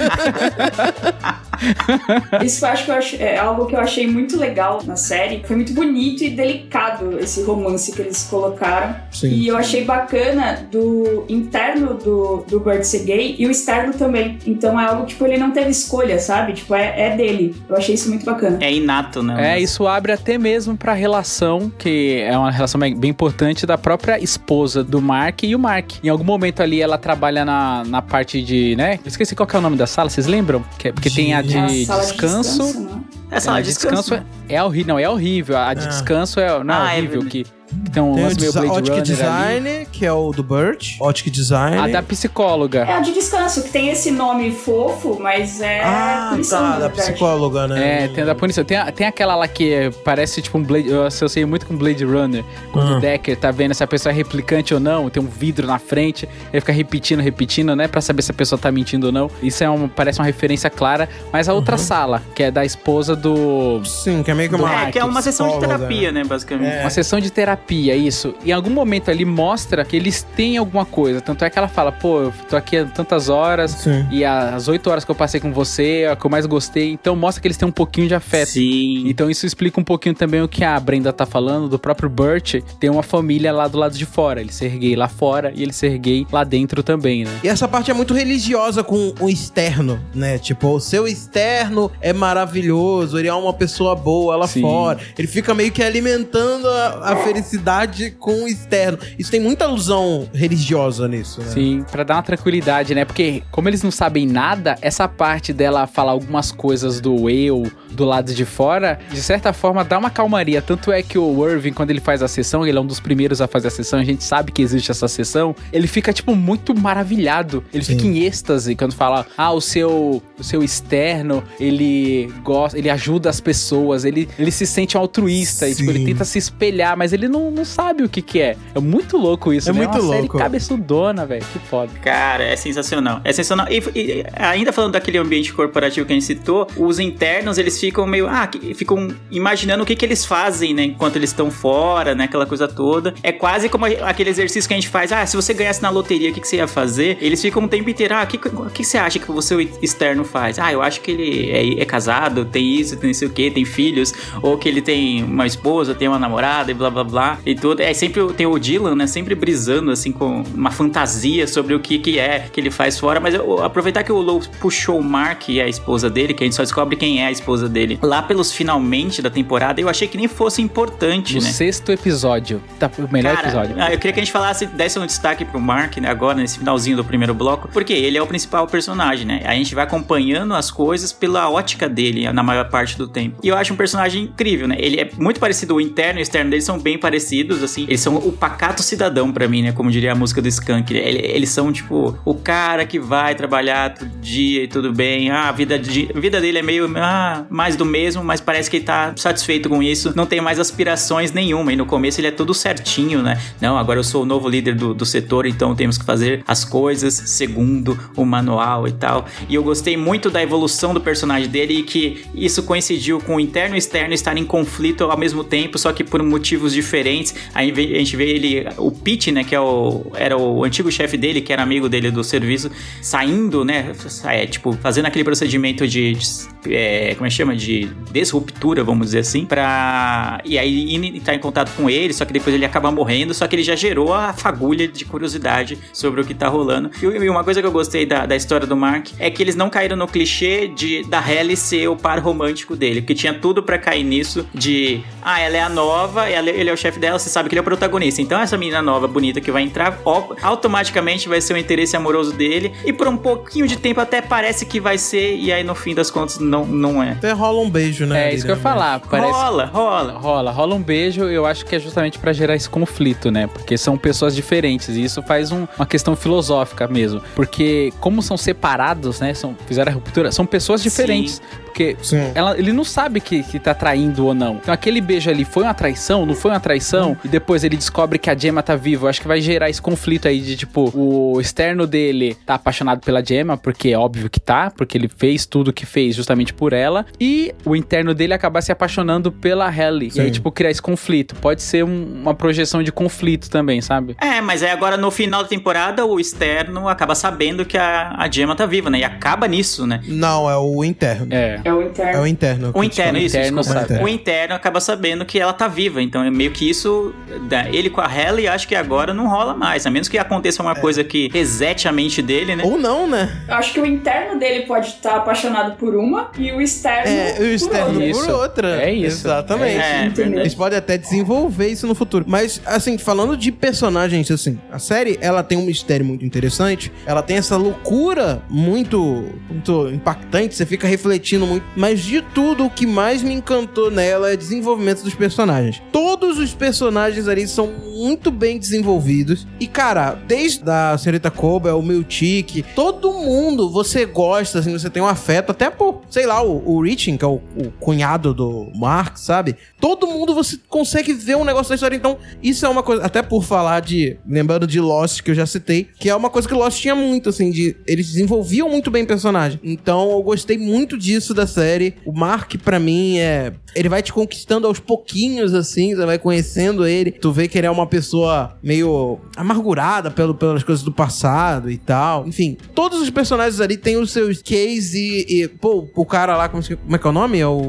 Isso eu acho que eu ach- é algo que eu achei muito legal na série. Foi muito bonito e delicado esse romance que eles colocaram. Sim. E eu achei bacana do interno do, do Burt ser gay e o externo também. Então é algo, tipo, ele não teve escolha, sabe? Tipo, é, é dele. Eu achei isso muito bacana. É inato, né? É, isso abre até mesmo pra relação, que é uma relação bem, bem importante, da própria esposa do Mark e o Mark. Em algum momento ali ela trabalha na, na parte de, né? Eu esqueci qual que é o nome da sala, vocês lembram? Que é- porque tem a de É a sala descanso. de descanso, né? É sala a de de descanso. descanso é, é horrível. Não, é horrível. A de Ah. descanso é, não é Ah, é horrível. verdade. que, que tem um Tem o lance meio desi- Blade Optic Runner Design, ali. que é o do Burt. Optic Design. A da psicóloga. É a de descanso, que tem esse nome fofo, mas é Ah, punição, tá, na da verdade. psicóloga, né? É, tem a da punição. Tem, a- tem aquela lá que é- parece tipo um Blade... Eu associei muito com Blade Runner. Quando Ah. o Decker tá vendo se a pessoa é replicante ou não, tem um vidro na frente, ele fica repetindo, repetindo, né? Pra saber se a pessoa tá mentindo ou não. Isso é um, parece uma referência clara. Mas a outra sala, que é da esposa do... Sim, que é meio que uma... É, que é uma sessão de psicóloga, terapia, né, basicamente. É. Uma sessão de terapia, isso. Em algum momento ali mostra que eles têm alguma coisa. Tanto é que ela fala, pô, eu tô aqui há tantas horas Sim. e as oito horas que eu passei com você é a que eu mais gostei. Então mostra que eles têm um pouquinho de afeto. Sim. Então isso explica um pouquinho também o que a Brenda tá falando do próprio Burt ter uma família lá do lado de fora. Ele ser gay lá fora e ele ser gay lá dentro também, né? E essa parte é muito religiosa com o externo, né? Tipo, o seu externo é maravilhoso, ele é uma pessoa boa lá Sim. fora. Ele fica meio que alimentando a, a simplicidade com o externo. Isso tem muita alusão religiosa nisso, né? Sim, pra dar uma tranquilidade, né? Porque como eles não sabem nada, essa parte dela falar algumas coisas do eu, do lado de fora, de certa forma dá uma calmaria. Tanto é que o Irving, quando ele faz a sessão, ele é um dos primeiros a fazer a sessão, a gente sabe que existe essa sessão, ele fica, tipo, muito maravilhado. Ele Sim. fica em êxtase quando fala, ah, o seu, o seu externo, ele gosta, ele ajuda as pessoas, ele, ele se sente um altruísta, e, tipo, ele tenta se espelhar, mas ele não, não sabe o que que é. É muito louco isso, é né? muito é uma louco. série cabeçudona, velho. Que foda. Cara, é sensacional. É sensacional. E, e ainda falando daquele ambiente corporativo que a gente citou, os internos, eles ficam meio... Ah, que, ficam imaginando o que que eles fazem, né? Enquanto eles estão fora, né? Aquela coisa toda. É quase como aquele exercício que a gente faz. Ah, se você ganhasse na loteria, o que que você ia fazer? Eles ficam um tempo inteiro. Ah, o que, que, que você acha que o seu externo faz? Ah, eu acho que ele é, é casado, tem isso, tem não sei o que, tem filhos. Ou que ele tem uma esposa, tem uma namorada e blá, blá, blá. E tudo. É sempre tem o Dylan, né? Sempre brisando, assim, com uma fantasia sobre o que que é que ele faz fora. Mas eu, aproveitar que o Lou puxou o Mark e a esposa dele, que a gente só descobre quem é a esposa dele lá pelos finalmente da temporada, eu achei que nem fosse importante, no né? No sexto episódio. Tá, o melhor Cara, episódio. Eu queria que a gente falasse, desse um destaque pro Mark, né? Agora, nesse finalzinho do primeiro bloco, porque ele é o principal personagem, né? A gente vai acompanhando as coisas pela ótica dele, na maior parte do tempo. E eu acho um personagem incrível, né? Ele é muito parecido, o interno e o externo dele são bem parecidos, assim. Eles são o pacato cidadão pra mim, né? Como diria a música do Skank. Eles são, tipo, o cara que vai trabalhar todo dia e tudo bem. Ah, a vida, de, a vida dele é meio ah, mais do mesmo, mas parece que ele tá satisfeito com isso. Não tem mais aspirações nenhuma. E no começo ele é todo certinho, né? Não, agora eu sou o novo líder do, do setor, então temos que fazer as coisas segundo o manual e tal. E eu gostei muito da evolução do personagem dele e que isso coincidiu com o interno e o externo estarem em conflito ao mesmo tempo, só que por motivos diferentes. Aí a gente vê ele, o Pete, né, que é o, era o antigo chefe dele, que era amigo dele do serviço, saindo, né, é, tipo, fazendo aquele procedimento de, de é, como é que chama? De disruptura, vamos dizer assim, pra... E aí entrar em contato com ele, só que depois ele acaba morrendo, só que ele já gerou a fagulha de curiosidade sobre o que tá rolando. E uma coisa que eu gostei da, da história do Mark é que eles não caíram no clichê de, da Halle ser o par romântico dele, porque tinha tudo pra cair nisso de, ah, ela é a nova, ela, ele é o chefe dela, você sabe que ele é o protagonista, então essa menina nova, bonita, que vai entrar, ó, automaticamente vai ser o interesse amoroso dele, e por um pouquinho de tempo até parece que vai ser, e aí no fim das contas não, não é. Até rola um beijo, né? É, isso que eu ia falar. Parece... Rola, rola. Rola, rola um beijo, eu acho que é justamente pra gerar esse conflito, né? Porque são pessoas diferentes, e isso faz um, uma questão filosófica mesmo. Porque como são separados, né? São, fizeram a ruptura, são pessoas diferentes. Sim. Porque ela, ele não sabe que, que tá traindo ou não. Então aquele beijo ali foi uma traição, não foi uma traição, hum. e depois ele descobre que a Gemma tá viva. Eu acho que vai gerar esse conflito aí de, tipo, o externo dele tá apaixonado pela Gemma, porque é óbvio que tá, porque ele fez tudo que fez justamente por ela, e o interno dele acabar se apaixonando pela Halle. Sim. E aí, tipo, criar esse conflito. Pode ser um, uma projeção de conflito também, sabe? É, mas aí agora no final da temporada o externo acaba sabendo que a, a Gemma tá viva, né? E acaba nisso, né? Não, é o interno. É. É o interno. É o interno. O interno, isso. Interno sabe. O interno acaba sabendo que ela tá viva. Então é meio que isso. Ele com a Halle, acho que agora não rola mais. A menos que aconteça uma é. coisa que resete a mente dele, né? Ou não, né? Acho que o interno dele pode estar apaixonado por uma e o externo é, o externo por outra. Por outra. É isso. Exatamente. É, é, eles podem até desenvolver isso no futuro. Mas, assim, falando de personagens, assim, a série, ela tem um mistério muito interessante. Ela tem essa loucura muito, muito impactante. Você fica refletindo muito. Mas de tudo, o que mais me encantou nela é o desenvolvimento dos personagens. Todos os personagens ali são muito bem desenvolvidos. E, cara, desde a senhorita Cobra, o Miltic, todo mundo você gosta, assim, você tem um afeto, até por, sei lá, o, o Richie, que é o, o cunhado do Mark, sabe? Todo mundo você consegue ver um negócio da história. Então, isso é uma coisa, até por falar de, lembrando de Lost, que eu já citei, que é uma coisa que Lost tinha muito, assim, de, eles desenvolviam muito bem personagem. Então, eu gostei muito disso da série. O Mark, pra mim, é... Ele vai te conquistando aos pouquinhos, assim, você vai conhecendo ele. Tu vê que ele é uma pessoa meio amargurada pelo, pelas coisas do passado e tal. Enfim, todos os personagens ali têm os seus cases e... e pô, o cara lá, como, como é que é o nome? É o...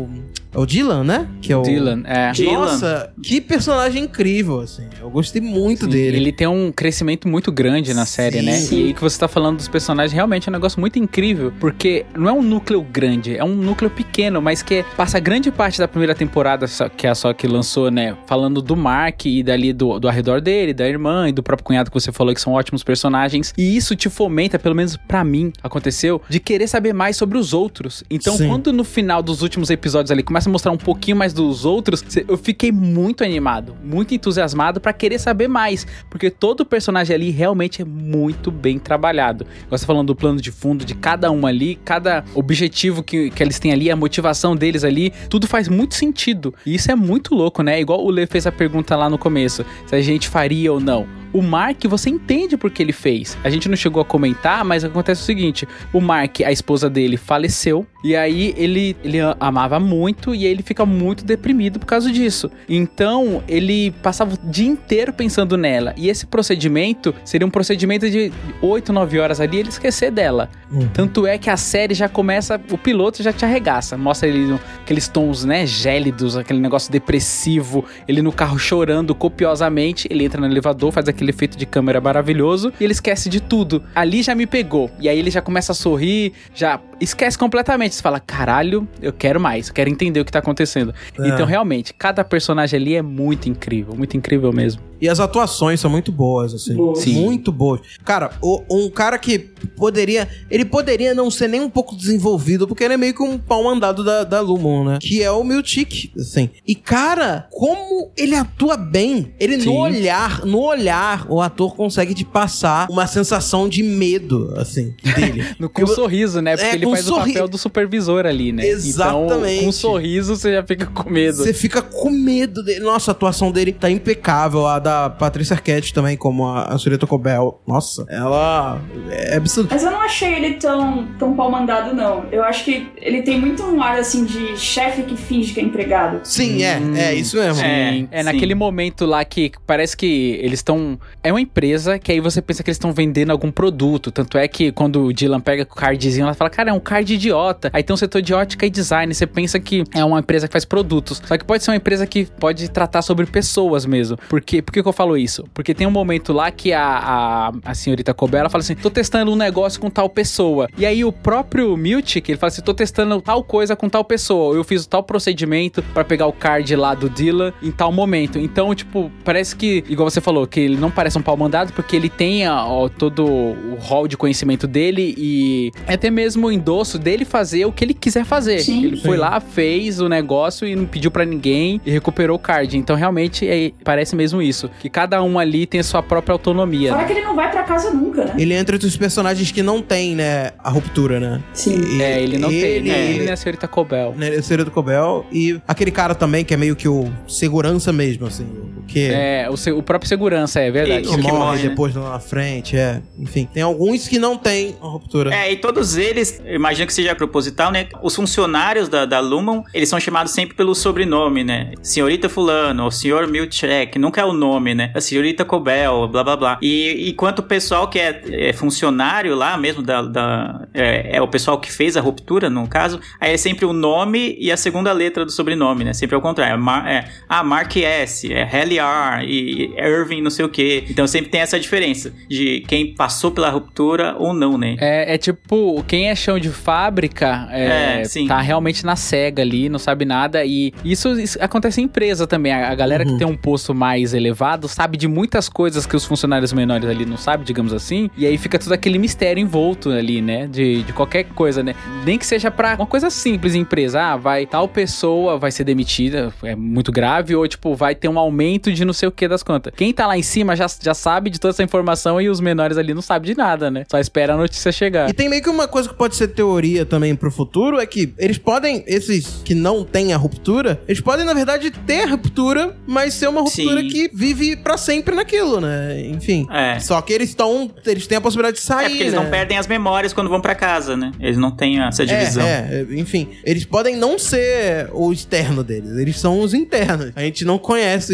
É o Dylan, né? Que é o... Dylan, é. Nossa, que personagem incrível, assim. Eu gostei muito Sim, dele. Ele tem um crescimento muito grande na série, Sim. né? E aí que você tá falando dos personagens, realmente é um negócio muito incrível, porque não é um núcleo grande, é um núcleo pequeno, mas que passa grande parte da primeira temporada, que é a só que lançou, né? Falando do Mark e dali do, do arredor dele, da irmã e do próprio cunhado que você falou, que são ótimos personagens. E isso te fomenta, pelo menos pra mim, aconteceu, de querer saber mais sobre os outros. Então, Sim. quando no final dos últimos episódios ali começa a mostrar um pouquinho mais dos outros, eu fiquei muito animado, muito entusiasmado pra querer saber mais, porque todo personagem ali realmente é muito bem trabalhado. Você falando do plano de fundo de cada um ali, cada objetivo que, que eles têm ali, a motivação deles ali, tudo faz muito sentido. E isso é muito louco, né? Igual o Lê fez a pergunta lá no começo, se a gente faria ou não. O Mark, você entende por que ele fez. A gente não chegou a comentar, mas acontece o seguinte, o Mark, a esposa dele, faleceu, e aí ele, ele amava muito, e aí ele fica muito deprimido por causa disso. Então, ele passava o dia inteiro pensando nela, e esse procedimento seria um procedimento de oito, nove horas ali, ele esquecer dela. Uhum. Tanto é que a série já começa, o piloto já te arregaça, mostra ele no, aqueles tons, né, gélidos, aquele negócio depressivo, ele no carro chorando copiosamente, ele entra no elevador, faz aquele efeito de câmera maravilhoso, e ele esquece de tudo. Ali já me pegou, e aí ele já começa a sorrir, já esquece completamente, você fala, caralho, eu quero mais, eu quero entender o que tá acontecendo. É. Então, realmente, cada personagem ali é muito incrível, muito incrível mesmo. E as atuações são muito boas, assim. Sim. Muito boas. Cara, o, um cara que poderia... Ele poderia não ser nem um pouco desenvolvido, porque ele é meio que um pau mandado da, da Lumon, né? Que é o Miltic, assim. E, cara, como ele atua bem. Ele, Sim. no olhar, no olhar, o ator consegue te passar uma sensação de medo, assim, dele. no, com um sorriso, né? Porque é, ele faz sorri... o papel do supervisor ali, né? Exatamente. Então, com um sorriso, você já fica com medo. Você fica com medo dele. Nossa, a atuação dele tá impecável. A da Patrícia Arquette também, como a, a Surya Tocobel. Nossa, ela é absurda. Mas eu não achei ele tão, tão pau mandado, não. Eu acho que ele tem muito um ar, assim, de chefe que finge que é empregado. Sim, é. Hum, é isso mesmo. É, é naquele momento lá que parece que eles estão... É uma empresa que aí você pensa que eles estão vendendo algum produto. Tanto é que quando o Dylan pega o cardzinho, ela fala, cara, é um card idiota. Aí tem um setor de ótica e design. Você pensa que é uma empresa que faz produtos. Só que pode ser uma empresa que pode tratar sobre pessoas mesmo. Por quê? Por que que eu falo isso? Porque tem um momento lá que a, a, a senhorita Cobel, ela fala assim, tô testando um negócio com tal pessoa. E aí o próprio Miltic, ele fala assim, tô testando tal coisa com tal pessoa. Eu fiz tal procedimento pra pegar o card lá do Dylan em tal momento. Então, tipo, parece que, igual você falou, que ele não parece um pau mandado porque ele tem ó, todo o hall de conhecimento dele e até mesmo o endosso dele fazer o que ele quiser fazer. Sim, ele sim. foi lá, fez o negócio e não pediu pra ninguém e recuperou o card. Então, realmente, é, parece mesmo isso. Que cada um ali tem a sua própria autonomia. Fora né? que ele não vai pra casa nunca, né? Ele entra entre os personagens que não tem, né, a ruptura, né? Sim. E, é, ele não ele, tem. É, ele é a senhorita Cobel. Né, a senhorita Cobel. E aquele cara também, que é meio que o segurança mesmo, assim. O que... É, o, se, o próprio segurança, é verdade. Que, que morre, morre né? depois lá na frente, é. Enfim, tem alguns que não tem a ruptura. É, e todos eles, imagino que seja proposital, né? Os funcionários da, da Lumon, eles são chamados sempre pelo sobrenome, né? Senhorita fulano, ou senhor Miltic, nunca é o nome, né? A senhorita Cobel, blá blá blá. E enquanto o pessoal que é, é funcionário lá mesmo, da, da, é, é o pessoal que fez a ruptura, no caso, aí é sempre o nome e a segunda letra do sobrenome, né? Sempre ao contrário. É, Mar, é ah, Mark S, é Helly R, e Irving não sei o quê. Então sempre tem essa diferença de quem passou pela ruptura ou não, né? É, é tipo, quem é chão de fábrica é, é, tá realmente na cega ali, não sabe nada. E isso, isso acontece em empresa também. A, a galera uhum. que tem um posto mais elevado sabe de muitas coisas que os funcionários menores ali não sabem, digamos assim. E aí fica todo aquele mistério envolto ali, né? De, de qualquer coisa, né? Nem que seja pra uma coisa simples em empresa. Ah, vai, tal pessoa vai ser demitida, é muito grave. Ou tipo, vai ter um aumento de não sei o que das contas. Quem tá lá em cima já, já sabe de toda essa informação e os menores ali não sabem de nada, né? Só espera a notícia chegar. E tem meio que uma coisa que pode ser teoria também pro futuro, é que eles podem, esses que não têm a ruptura, eles podem, na verdade, ter a ruptura, mas ser uma ruptura Sim. que vive pra sempre naquilo, né? Enfim. É. Só que eles estão, eles têm a possibilidade de sair, É porque eles né? não perdem as memórias quando vão pra casa, né? Eles não têm essa divisão. É, é, enfim. Eles podem não ser o externo deles, eles são os internos. A gente não conhece o externo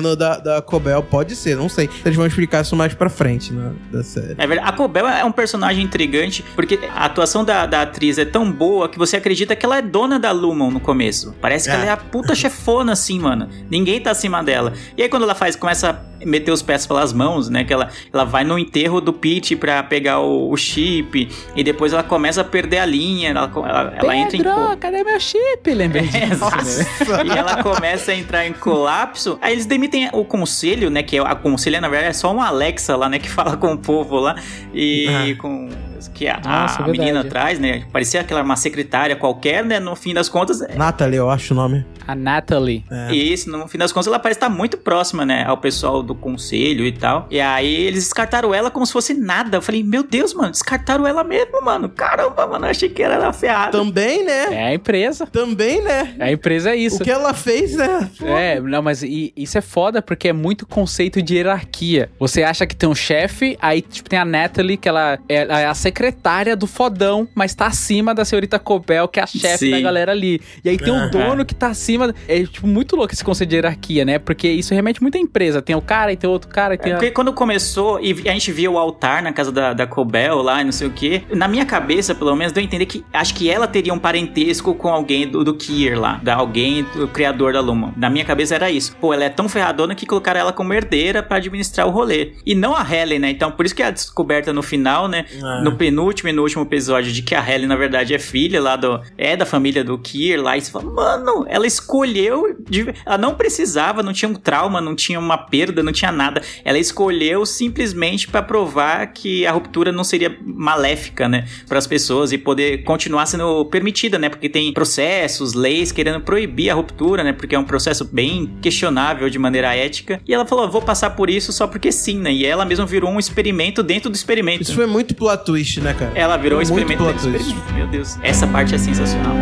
interno da, da Cobel, pode ser, não sei. Eles vão explicar isso mais pra frente, né, da série. É verdade. A Cobel é um personagem intrigante, porque a atuação da, da atriz é tão boa que você acredita que ela é dona da Lumon no começo. Parece que É. ela é a puta chefona, assim, mano. Ninguém tá acima dela. E aí quando ela faz, começa a meter os pés pelas mãos, né, que ela, ela vai no enterro do Pete pra pegar o, o chip, e depois ela começa a perder a linha, ela, ela, ela entra em... Pedro, cadê meu chip? Lembrei É, disso, né? E ela começa a entrar em colapso. Aí eles demitem o conselho, né? Que é, a conselho, na verdade, é só uma Alexa lá, né? Que fala com o povo lá. E Ah. com... Que a, Nossa, a verdade. menina atrás, né? Parecia aquela uma secretária qualquer, né? No fim das contas... Natalie, eu acho o nome. A Natalie. É. E isso, no fim das contas, ela parece estar muito próxima, né? Ao pessoal do conselho e tal. E aí eles descartaram ela como se fosse nada. Eu falei, meu Deus, mano, descartaram ela mesmo, mano. Caramba, mano, eu achei que ela era ferrada. Também, né? É a empresa. Também, né? A empresa é isso. O que ela fez, né? É, não, mas e- isso é foda porque é muito conceito de hierarquia. Você acha que tem um chefe, aí tipo tem a Natalie, que ela é, ela é a secretária do fodão, mas tá acima da senhorita Cobel, que é a chefe Sim. da galera ali. E aí tem o Aham. dono que tá acima. É tipo muito louco esse conceito de hierarquia, né? Porque isso remete muito à empresa. Tem o cara e tem outro cara e tem É, a... porque quando começou e a gente via o altar na casa da, da Cobel lá e não sei o que, na minha cabeça, pelo menos, deu a entender que acho que ela teria um parentesco com alguém do, do Kier lá, da alguém do criador da Lumon. Na minha cabeça era isso. Pô, ela é tão ferradona que colocaram ela como herdeira pra administrar o rolê. E não a Helen, né? Então, por isso que a descoberta no final, né? Ah. No penúltimo e no último episódio, de que a Helen, na verdade, é filha lá do... É da família do Kier lá. E você fala, mano, ela escolheu... De, ela não precisava, não tinha um trauma, não tinha uma perda, não tinha nada. Ela escolheu simplesmente pra provar que a ruptura não seria maléfica, né? Para as pessoas e poder continuar sendo permitida, né? Porque tem processos, leis querendo proibir a ruptura, né? Porque é um processo bem questionável de maneira ética. E ela falou, vou passar por isso só porque sim, né? E ela mesma virou um experimento dentro do experimento. Isso foi muito plot twist, né, cara? Ela virou um Muito experimento dentro do plot twist. experimento. Meu Deus, essa parte é sensacional.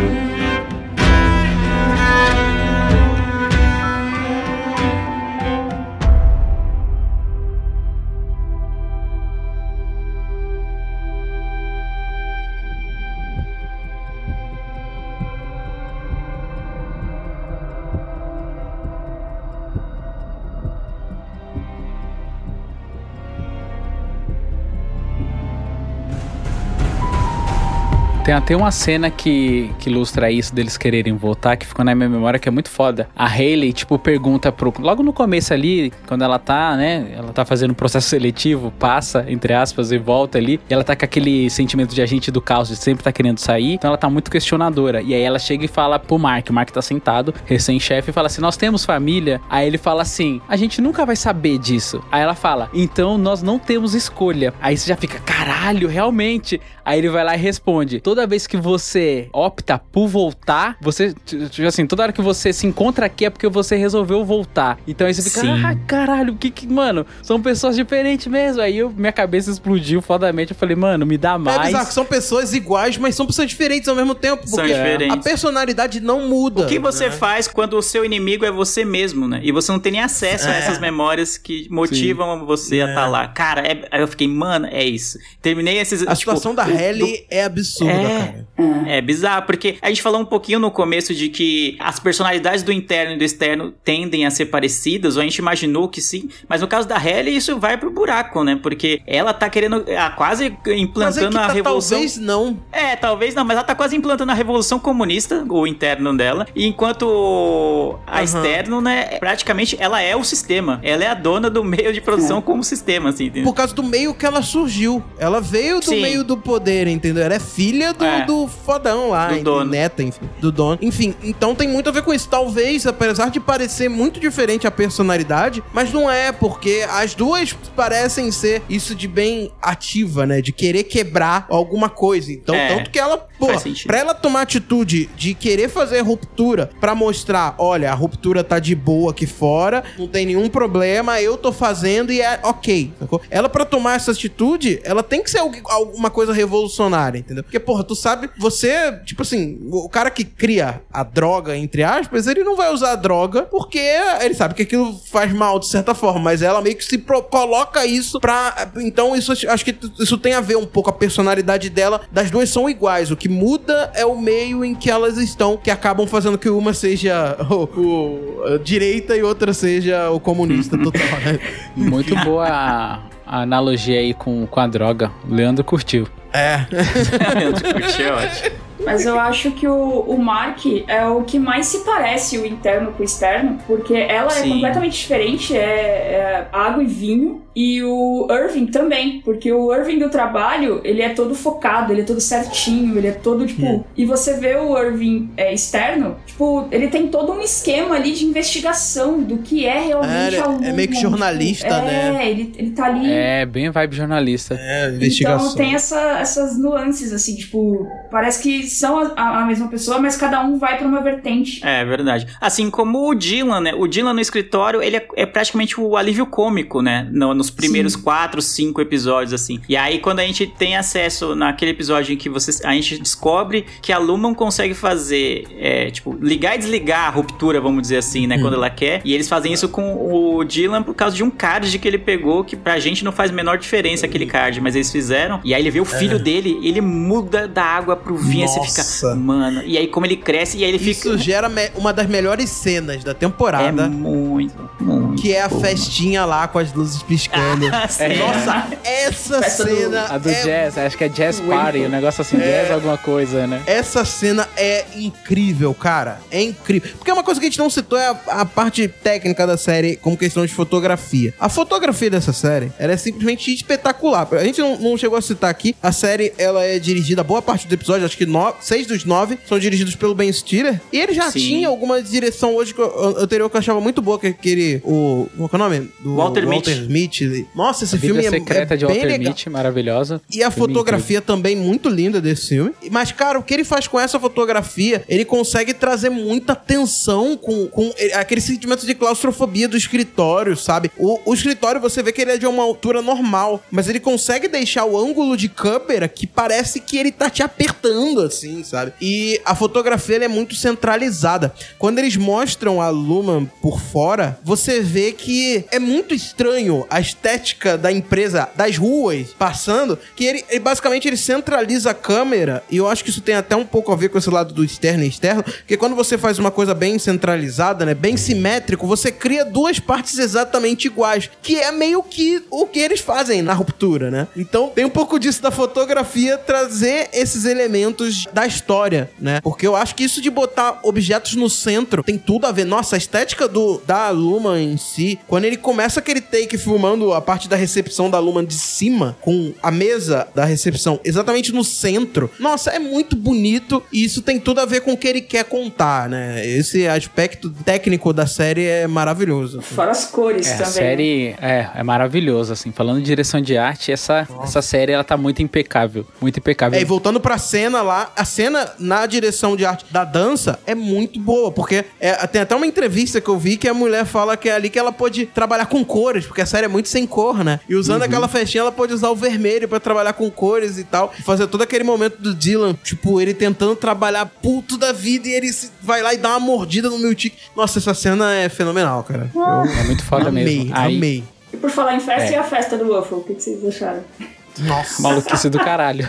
Tem até uma cena que, que ilustra isso deles quererem voltar, que ficou na minha memória, que é muito foda. A Hayley, tipo, pergunta pro... Logo no começo ali, quando ela tá, né? Ela tá fazendo um processo seletivo, passa, entre aspas, e volta ali. E ela tá com aquele sentimento de agente do caos, de sempre tá querendo sair. Então ela tá muito questionadora. E aí ela chega e fala pro Mark. O Mark tá sentado, recém-chefe, e fala assim, nós temos família? Aí ele fala assim, a gente nunca vai saber disso. Aí ela fala, então nós não temos escolha. Aí você já fica, caralho, realmente? Aí ele vai lá e responde, toda vez que você opta por voltar, você, tipo assim, toda hora que você se encontra aqui é porque você resolveu voltar. Então aí você fica, Sim. ah, caralho, que que, mano, são pessoas diferentes mesmo. Aí eu, minha cabeça explodiu fodamente, eu falei, mano, me dá É mais. bizarro, que são pessoas iguais, mas são pessoas diferentes ao mesmo tempo. São Porque diferentes. a personalidade não muda. O que você né? faz quando o seu inimigo é você mesmo, né? E você não tem nem acesso a É. essas memórias que motivam você a É. estar lá. Cara, é- aí eu fiquei, mano, é isso. Terminei esses... A situação da Hayley é absurda, É. cara. É bizarro, porque a gente falou um pouquinho no começo de que as personalidades do interno e do externo tendem a ser parecidas, ou a gente imaginou que sim, mas no caso da Hayley isso vai pro buraco, né? Porque ela tá querendo, ah, quase Mas é implantando que a tá, revolução... talvez não. É, talvez não, mas ela tá quase implantando a revolução comunista, o interno dela, e enquanto a Aham. externo, né, praticamente ela é o sistema, ela é a dona do meio de produção como sistema, assim, entendeu? Por causa do meio que ela surgiu. Ela veio do Sim. meio do poder, entendeu? Ela é filha do, É. do fodão lá, Do enfim, dono. neta, enfim, do dono. Enfim, então tem muito a ver com isso. Talvez, apesar de parecer muito diferente a personalidade, mas não é, porque as duas parecem ser isso de bem ativa, né? De querer quebrar alguma coisa. Então, É. tanto que ela, pô, Faz sentido. pra ela tomar atitude de querer fazer ruptura pra mostrar, olha, a ruptura tá de boa aqui fora, não tem nenhum problema, eu tô fazendo e é ok, sacou? Ela pra tomar essa atitude, ela tem que ser algu- alguma coisa revolucionária, entendeu? Porque, pô, tu sabe, você, tipo assim, o cara que cria a droga, entre aspas, ele não vai usar a droga porque ele sabe que aquilo faz mal de certa forma, mas ela meio que se pro- coloca isso pra... Então isso, acho que isso tem a ver um pouco a personalidade dela, das duas são iguais, o que muda é o meio em que elas estão, que acabam fazendo que uma seja o, o a direita e outra seja o comunista total, né? Muito boa a, a analogia aí com, com a droga. O Leandro curtiu. É. Leandro curtiu, ótimo. Mas eu acho que o, o Mark é o que mais se parece o interno com o externo, porque ela Sim. é completamente diferente, é, é água e vinho, e o Irving também, porque o Irving do trabalho, ele é todo focado, ele é todo certinho, ele é todo, tipo... Hum. E você vê o Irving é, externo, tipo, ele tem todo um esquema ali de investigação do que é realmente É, a Luma, é meio que jornalista, tipo, né? É, ele, ele tá ali... É, bem vibe jornalista. É, investigação. Então tem essa, essas nuances, assim, tipo, parece que são a, a mesma pessoa, mas cada um vai pra uma vertente. É verdade. Assim como o Dylan, né? O Dylan no escritório, ele é, é praticamente o alívio cômico, né? No, nos primeiros Sim. quatro, cinco episódios, assim. E aí, quando a gente tem acesso naquele episódio em que você, a gente descobre que a Luma consegue fazer, é, tipo, ligar e desligar a ruptura, vamos dizer assim, né? Hum. Quando ela quer. E eles fazem isso com o Dylan por causa de um card que ele pegou, que pra gente não faz a menor diferença aquele card, mas eles fizeram. E aí ele vê o filho é. dele, ele muda da água pro vinho, Nossa. e você fica... Mano, e aí como ele cresce, e aí ele Isso fica... Isso gera me- uma das melhores cenas da temporada. É muito, muito. Que é a bom. festinha lá com as luzes piscando. Ah, sim. Nossa, essa Festa cena... A do é... jazz, acho que é jazz party, um negócio assim, É. jazz alguma coisa, né? Essa cena é incrível, cara. É incrível. Porque uma coisa que a gente não citou é a, a parte técnica da série como questão de fotografia. A fotografia dessa série, ela é simplesmente espetacular. A gente não, não chegou a citar aqui. A série, ela é dirigida, boa parte do episódio, acho que no, seis dos nove são dirigidos pelo Ben Stiller. E ele já Sim. tinha alguma direção hoje que eu, anterior que eu achava muito boa, que aquele... O, qual é o nome? Do Walter Smith. Nossa, esse A filme Vida é, Secreta é de bem Walter legal. Mitty, maravilhosa. E a Filme fotografia também muito linda desse filme. Mas, cara, o que ele faz com essa fotografia, ele consegue trazer muita tensão com, com aquele sentimento de claustrofobia do escritório, sabe? O, o escritório, você vê que ele é de uma altura normal, mas ele consegue deixar o ângulo de câmera que parece que ele tá te apertando, assim, sabe? E a fotografia, ela é muito centralizada. Quando eles mostram a Luma por fora, você vê que é muito estranho a estética da empresa, das ruas, passando, que ele, ele basicamente ele centraliza a câmera, e eu acho que isso tem até um pouco a ver com esse lado do externo e externo, porque quando você faz uma coisa bem centralizada, né, bem simétrico, você cria duas partes exatamente iguais, que é meio que o que eles fazem na ruptura, né? Então tem um pouco disso da fotografia trazer esses elementos da história, né? Porque eu acho que isso de botar objetos no centro tem tudo a ver. Nossa, a estética do, da Luma em si, quando ele começa aquele take filmando a parte da recepção da Luma de cima, com a mesa da recepção exatamente no centro, nossa, é muito bonito e isso tem tudo a ver com o que ele quer contar, né? Esse aspecto técnico da série é maravilhoso. Fora as cores É, também. a série é, é maravilhosa, assim. Falando de direção de arte, essa, essa série, ela tá muito impecável. Muito impecável. É, e voltando pra cena lá, a cena na direção de arte da dança é muito boa, porque é, tem até uma entrevista que eu vi que a mulher fala que é ali que ela pode trabalhar com cores, porque a série é muito sem cor, né? E usando uhum. aquela festinha, ela pode usar o vermelho pra trabalhar com cores e tal, e fazer todo aquele momento do Dylan, tipo, ele tentando trabalhar puto da vida, e ele vai lá e dá uma mordida no meu tique. Nossa, essa cena é fenomenal, cara. Ah. Eu é muito foda amei, mesmo. Aí, amei. E por falar em festa, É. e a festa do Waffle? O que que vocês acharam? Nossa. maluquice do caralho.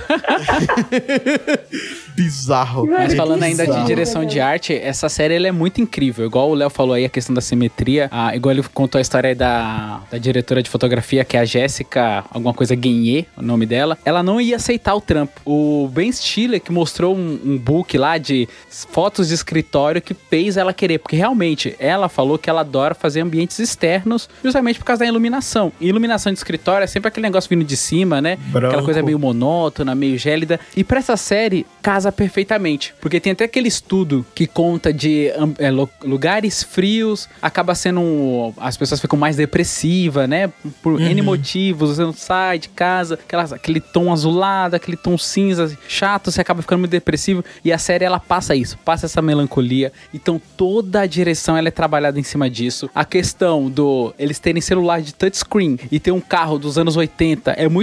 Bizarro. Mas falando ainda de Bizarro. direção de arte, essa série ela é muito incrível. Igual o Léo falou aí, a questão da simetria. Ah, igual ele contou a história aí da, da diretora de fotografia, que é a Jéssica, alguma coisa Guenhier, o nome dela. Ela não ia aceitar o trampo. O Ben Stiller, que mostrou um, um book lá de fotos de escritório, que fez ela querer. Porque realmente, ela falou que ela adora fazer ambientes externos, justamente por causa da iluminação. E iluminação de escritório é sempre aquele negócio vindo de cima, né? Branco. Aquela coisa meio monótona, meio gélida. E pra essa série, casa perfeitamente. Porque tem até aquele estudo que conta de é, lugares frios, acaba sendo... Um, as pessoas ficam mais depressivas, né? Por uhum. N motivos, você não sai de casa, aquela, aquele tom azulado, aquele tom cinza, chato, você acaba ficando muito depressivo. E a série, ela passa isso, passa essa melancolia. Então, toda a direção, ela é trabalhada em cima disso. A questão do... eles terem celular de touchscreen e ter um carro dos anos oitenta é muito louco.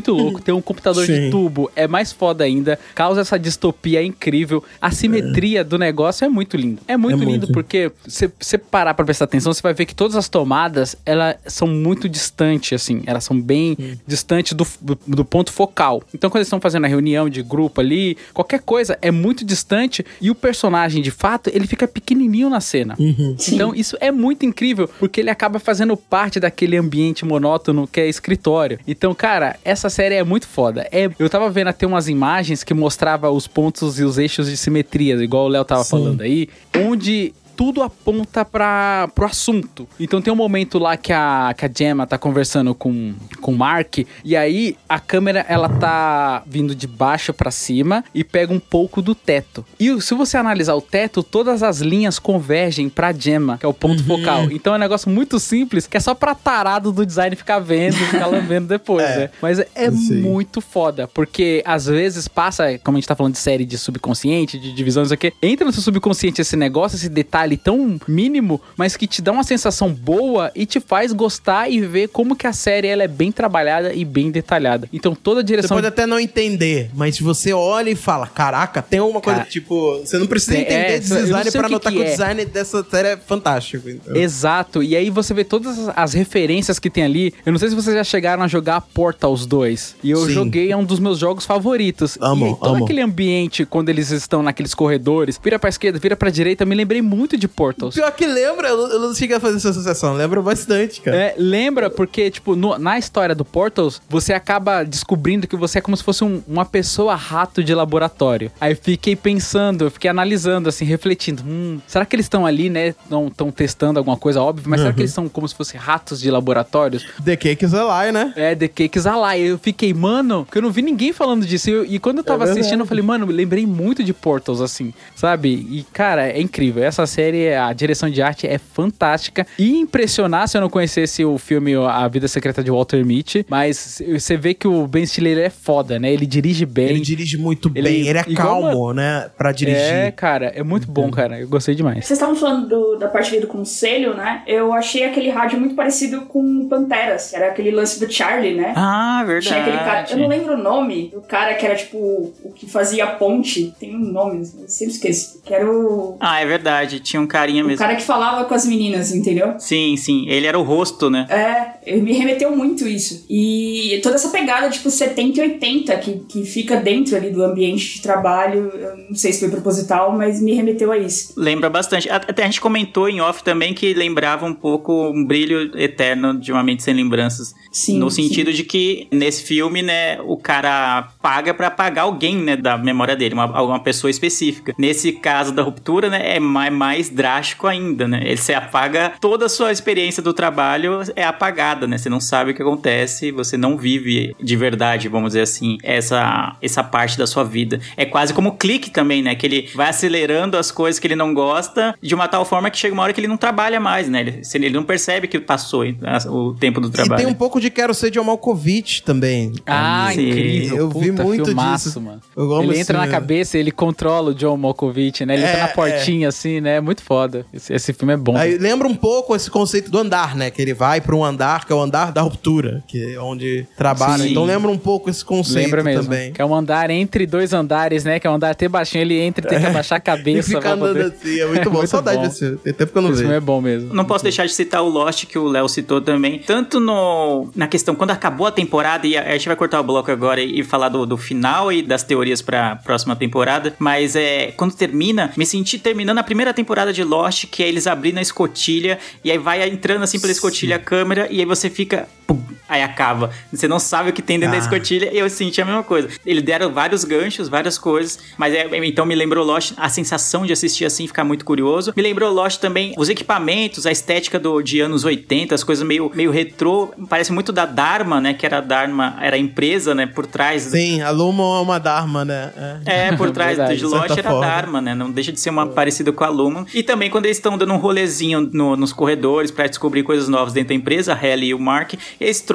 ter um computador Sim. de tubo é mais foda ainda, causa essa distopia incrível. A simetria é. do negócio é muito lindo. É muito é lindo muito. Porque se você parar pra prestar atenção, você vai ver que todas as tomadas, elas são muito distantes, assim. Elas são bem hum. distantes do, do, do ponto focal. Então, quando eles estão fazendo a reunião de grupo ali, qualquer coisa é muito distante e o personagem, de fato, ele fica pequenininho na cena. Uhum. Então, isso é muito incrível, porque ele acaba fazendo parte daquele ambiente monótono que é escritório. Então, cara, essa série é muito foda. É, eu tava vendo até umas imagens que mostrava os pontos e os eixos de simetria, igual o Léo tava Sim. falando aí, onde tudo aponta para pro assunto. Então tem um momento lá que a, que a Gemma tá conversando com, com o Mark, e aí a câmera, ela tá vindo de baixo para cima e pega um pouco do teto. E se você analisar o teto, todas as linhas convergem pra Gemma, que é o ponto uhum. focal. Então é um negócio muito simples, que é só pra tarado do design ficar vendo e ficar lambendo depois, é. né? Mas é muito foda, porque às vezes passa, como a gente tá falando de série de subconsciente, de divisão, isso aqui, entra no seu subconsciente esse negócio, esse detalhe tão mínimo, mas que te dá uma sensação boa e te faz gostar e ver como que a série ela é bem trabalhada e bem detalhada. Então toda a direção... Você pode até não entender, mas se você olha e fala, caraca, tem alguma coisa Cara, tipo... Você não precisa tem, entender é, de design pra notar que, que, que o design dessa série é fantástico. Então. Exato, e aí você vê todas as referências que tem ali. Eu não sei se vocês já chegaram a jogar Portals dois, e eu Sim. joguei, é um dos meus jogos favoritos. Amo, e aí, todo amo. aquele ambiente, quando eles estão naqueles corredores, vira pra esquerda, vira pra direita, me lembrei muito de Portals. Pior que lembra, eu não cheguei a fazer essa associação, lembra bastante, cara. É, lembra porque, tipo, no, na história do Portals, você acaba descobrindo que você é como se fosse um, uma pessoa rato de laboratório. Aí eu fiquei pensando, eu fiquei analisando, assim, refletindo, hum, será que eles estão ali, né, não estão testando alguma coisa óbvia, mas uhum. será que eles são como se fossem ratos de laboratórios? The Cakes a Lie, né? É, The Cakes a Lie. Eu fiquei, mano, que eu não vi ninguém falando disso. E, eu, e quando eu tava é assistindo, eu falei, mano, me lembrei muito de Portals, assim, sabe? E, cara, é incrível. Essa série, a direção de arte é fantástica. E impressionar se eu não conhecesse o filme A Vida Secreta de Walter Mitty, mas você vê que o Ben Stiller é foda, né? Ele dirige bem. Ele dirige muito ele, bem. Ele é calmo, uma... né? Pra dirigir. É, cara, é muito bom, cara. Eu gostei demais. Vocês estavam falando do, da parte ali do conselho, né? Eu achei aquele rádio muito parecido com Panteras. Era aquele lance do Charlie, né? Ah, verdade. Tinha aquele cara, eu não lembro o nome do cara que era tipo o que fazia a ponte. Tem um nome, eu sempre esqueço. Que era o... Ah, é verdade. Tinha um carinha mesmo. O cara que falava com as meninas, entendeu? Sim, sim. Ele era o rosto, né? É, ele me remeteu muito isso. E toda essa pegada, tipo, setenta e oitenta que, que fica dentro ali do ambiente de trabalho, eu não sei se foi proposital, mas me remeteu a isso. Lembra bastante. Até a gente comentou em off também que lembrava um pouco um brilho eterno de Uma Mente Sem Lembranças. Sim, no sentido sim. de que nesse filme, né, o cara paga pra apagar alguém, né, da memória dele, uma, alguma pessoa específica. Nesse caso da ruptura, né, é mais, mais drástico ainda, né? Ele, você apaga toda a sua experiência do trabalho, é apagada, né? Você não sabe o que acontece, você não vive de verdade, vamos dizer assim, essa, essa parte da sua vida. É quase como o Clique também, né? Que ele vai acelerando as coisas que ele não gosta de uma tal forma que chega uma hora que ele não trabalha mais, né? Ele, ele não percebe que passou o tempo do trabalho. E tem um pouco de Quero Ser John Malkovich também. Ah, Sim. incrível. Eu vi Puta, muito filmaço, disso. Mano. Eu ele entra assim, na cabeça, ele controla o John Malkovich, né? Ele é, entra na portinha, é. assim, né? É muito foda. Esse, esse filme é bom. Aí lembra um pouco esse conceito do andar, né? Que ele vai pra um andar, que é o andar da ruptura, que é onde trabalha. Sim. Então lembra um pouco esse conceito lembra mesmo. também. Que é um andar entre dois andares, né? Que é um andar até baixinho, ele entra e tem que abaixar a cabeça. E fica andando poder... assim, é muito bom. muito Saudade bom. desse. Tem tempo que eu não esse vejo. filme é bom mesmo. Não posso deixar de citar o Lost, que o Léo citou também. Tanto no, na questão, quando acabou a temporada, e a, a gente vai cortar o bloco agora e, e falar do, do final e das teorias pra próxima temporada, mas é, quando termina, me senti terminando a primeira temporada de Lost, que é eles abrindo a escotilha, e aí vai entrando assim pela escotilha a câmera, e aí você fica... Pum, aí acaba. Você não sabe o que tem dentro ah. da escotilha, e eu senti a mesma coisa. Eles deram vários ganchos, várias coisas, mas é, então me lembrou Lost, a sensação de assistir assim, ficar muito curioso. Me lembrou Lost também, os equipamentos, a estética do, de anos oitenta, as coisas meio, meio retrô, parece muito da Dharma, né, que era a Dharma, era a empresa, né, por trás. Sim, a Lumon é uma Dharma, né? É, é por trás Verdade, de Lost era a Dharma, né, não deixa de ser uma parecida com a Lumon. E também quando eles estão dando um rolezinho no, nos corredores pra descobrir coisas novas dentro da empresa, a Halle e o Mark, eles trombam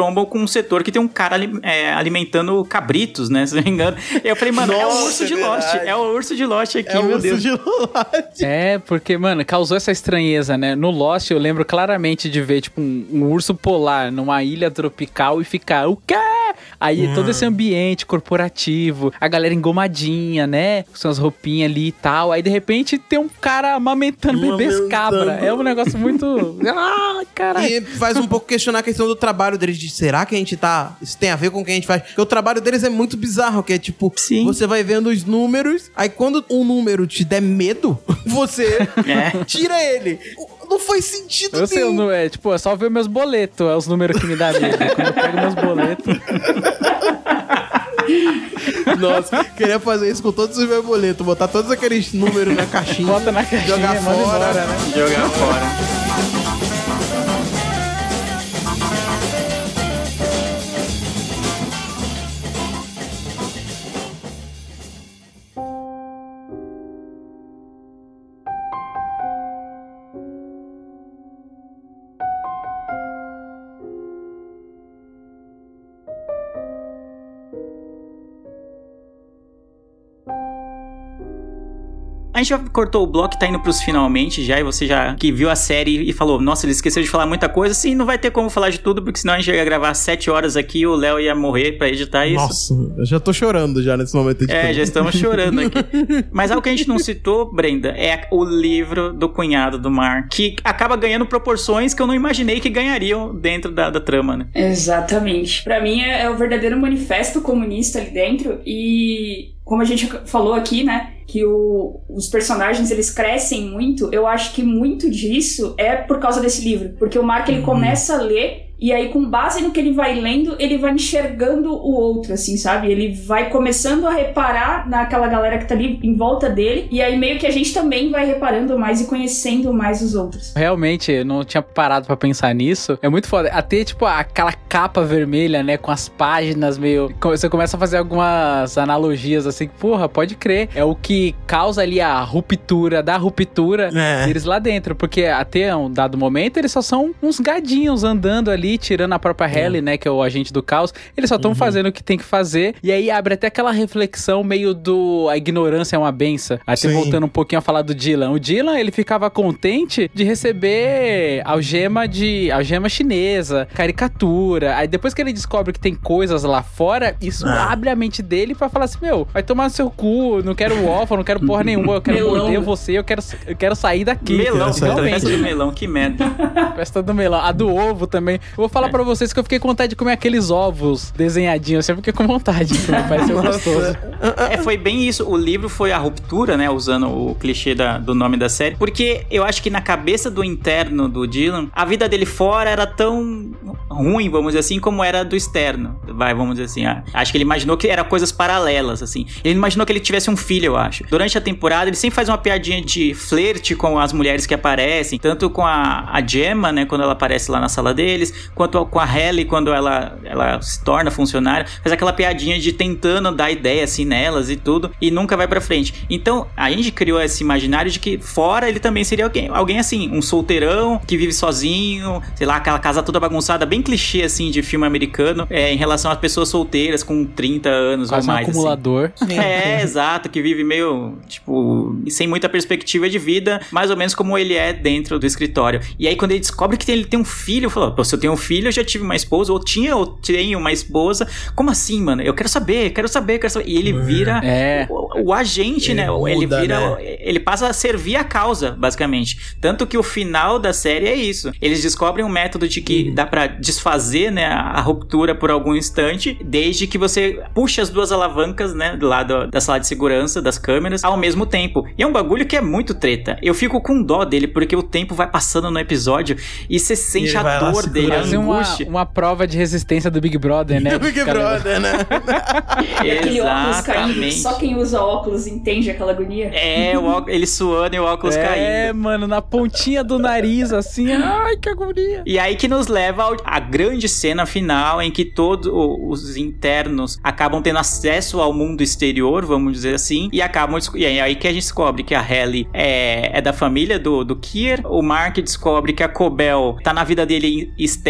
tombam com um setor que tem um cara ali- é, alimentando cabritos, né? Se não me engano. E eu falei, mano, é o Nossa, urso de é Lost. verdade. É o urso de Lost aqui, É o meu urso Deus. de Lost. É, porque, mano, causou essa estranheza, né? No Lost eu lembro claramente de ver, tipo, um, um urso polar numa ilha tropical e ficar, o quê? Aí todo esse ambiente corporativo, a galera engomadinha, né? Com suas roupinhas ali e tal. Aí de repente tem um cara amamentando bebês Amamentando. cabra. É um negócio muito. Ah, caralho. E faz um pouco questionar a questão do trabalho deles, de será que a gente tá... Isso tem a ver com o que a gente faz? Porque o trabalho deles é muito bizarro, que é tipo... Sim. Você vai vendo os números, aí quando um número te der medo, você É. tira ele. Não faz sentido Eu sei, o nenhum. nu- é, tipo, é só ver meus boletos, é os números que me dá medo. Quando eu pego meus boletos. Nossa, queria fazer isso com todos os meus boletos, botar todos aqueles números na caixinha, Bota na caixinha, jogar manda fora. embora, né? Jogar fora. A gente já cortou o bloco e tá indo pros finalmente já, e você já que viu a série e falou, nossa, ele esqueceu de falar muita coisa. Sim, não vai ter como falar de tudo, porque senão a gente ia gravar sete horas aqui e o Léo ia morrer pra editar isso. Nossa, eu já tô chorando já nesse momento. de É, tudo. já estamos chorando aqui. Mas algo que a gente não citou, Brenda, é o livro do cunhado do Mark, que acaba ganhando proporções que eu não imaginei que ganhariam dentro da, da trama, né? Exatamente. Pra mim é, é o verdadeiro manifesto comunista ali dentro e como a gente falou aqui, né, que o, os personagens eles crescem muito, eu acho que muito disso é por causa desse livro, porque o Mark ele começa a ler e aí com base no que ele vai lendo, ele vai enxergando o outro, assim, sabe? Ele vai começando a reparar naquela galera que tá ali em volta dele e aí meio que a gente também vai reparando mais e conhecendo mais os outros. Realmente, eu não tinha parado pra pensar nisso. É muito foda. Até, tipo, aquela capa vermelha, né? Com as páginas meio... Você começa a fazer algumas analogias, assim. Porra, pode crer. É o que causa ali a ruptura da ruptura É. deles lá dentro. Porque até um dado momento, eles só são uns gadinhos andando ali, tirando a própria Halle, né? Que é o agente do caos. Eles só estão fazendo o que tem que fazer. E aí abre até aquela reflexão meio do... A ignorância é uma benção. Até Sim. voltando um pouquinho a falar do Dylan. O Dylan, ele ficava contente de receber algema de algema chinesa, caricatura. Aí depois que ele descobre que tem coisas lá fora, isso Ah. abre a mente dele pra falar assim, meu, vai tomar no seu cu, não quero waffle, não quero porra nenhuma, eu quero Melão. morder você, eu quero, eu quero sair daqui. Melão, sair daqui. festa do melão, que merda. Festa do melão. A do ovo também. Eu vou falar pra vocês que eu fiquei com vontade de comer aqueles ovos desenhadinhos. Eu sempre fiquei com vontade, que me pareceu gostoso. É, foi bem isso. O livro foi a ruptura, né? Usando o clichê da- do nome da série. Porque eu acho que na cabeça do interno do Dylan, a vida dele fora era tão ruim, vamos dizer assim, como era do externo. Vai, vamos dizer assim. ah, Acho que ele imaginou que era coisas paralelas, assim. Ele imaginou que ele tivesse um filho, eu acho. Durante a temporada, ele sempre faz uma piadinha de flerte com as mulheres que aparecem. Tanto com a, a Gemma, né? Quando ela aparece lá na sala deles. Quanto com a Halle, quando ela, ela se torna funcionária. Faz aquela piadinha de tentando dar ideia, assim, nelas e tudo. E nunca vai pra frente. Então, a gente criou esse imaginário de que fora ele também seria alguém, alguém assim, um solteirão que vive sozinho, sei lá, aquela casa toda bagunçada, bem clichê, assim, de filme americano, é, em relação às pessoas solteiras com trinta anos Quase ou um mais, assim. acumulador. É, exato, que vive meio, tipo, sem muita perspectiva de vida, mais ou menos como ele é dentro do escritório. E aí, quando ele descobre que tem- ele tem um filho, eu falo, pô, se eu tenho um filho, eu já tive uma esposa, ou tinha, ou tenho uma esposa. Como assim, mano? Eu quero saber, quero saber, quero saber. E ele vira É. o, o agente, Ele né? muda, ele vira, né? ele passa a servir a causa, basicamente. Tanto que o final da série é isso. Eles descobrem um método de que dá pra desfazer, né, a, a ruptura por algum instante, desde que você puxa as duas alavancas, né, do lado da sala de segurança, das câmeras, ao mesmo tempo. E é um bagulho que é muito treta. Eu fico com dó dele, porque o tempo vai passando no episódio e você sente ele a vai lá dor dele, a segurando. Quase uma, angústia. uma prova de resistência do Big Brother, né? Big Fica levando- Brother, né? E aquele óculos caindo, que Exatamente. só quem usa óculos entende aquela agonia. É, o óculos, ele suando e o óculos É, caindo. mano, na pontinha do nariz, assim. Ai, que agonia. E aí que nos leva ao- à grande cena final em que todos o- os internos acabam tendo acesso ao mundo exterior, vamos dizer assim, e acabam desco- e é aí que a gente descobre que a Halle é, é da família do, do Kier, o Mark descobre que a Cobel tá na vida dele externa,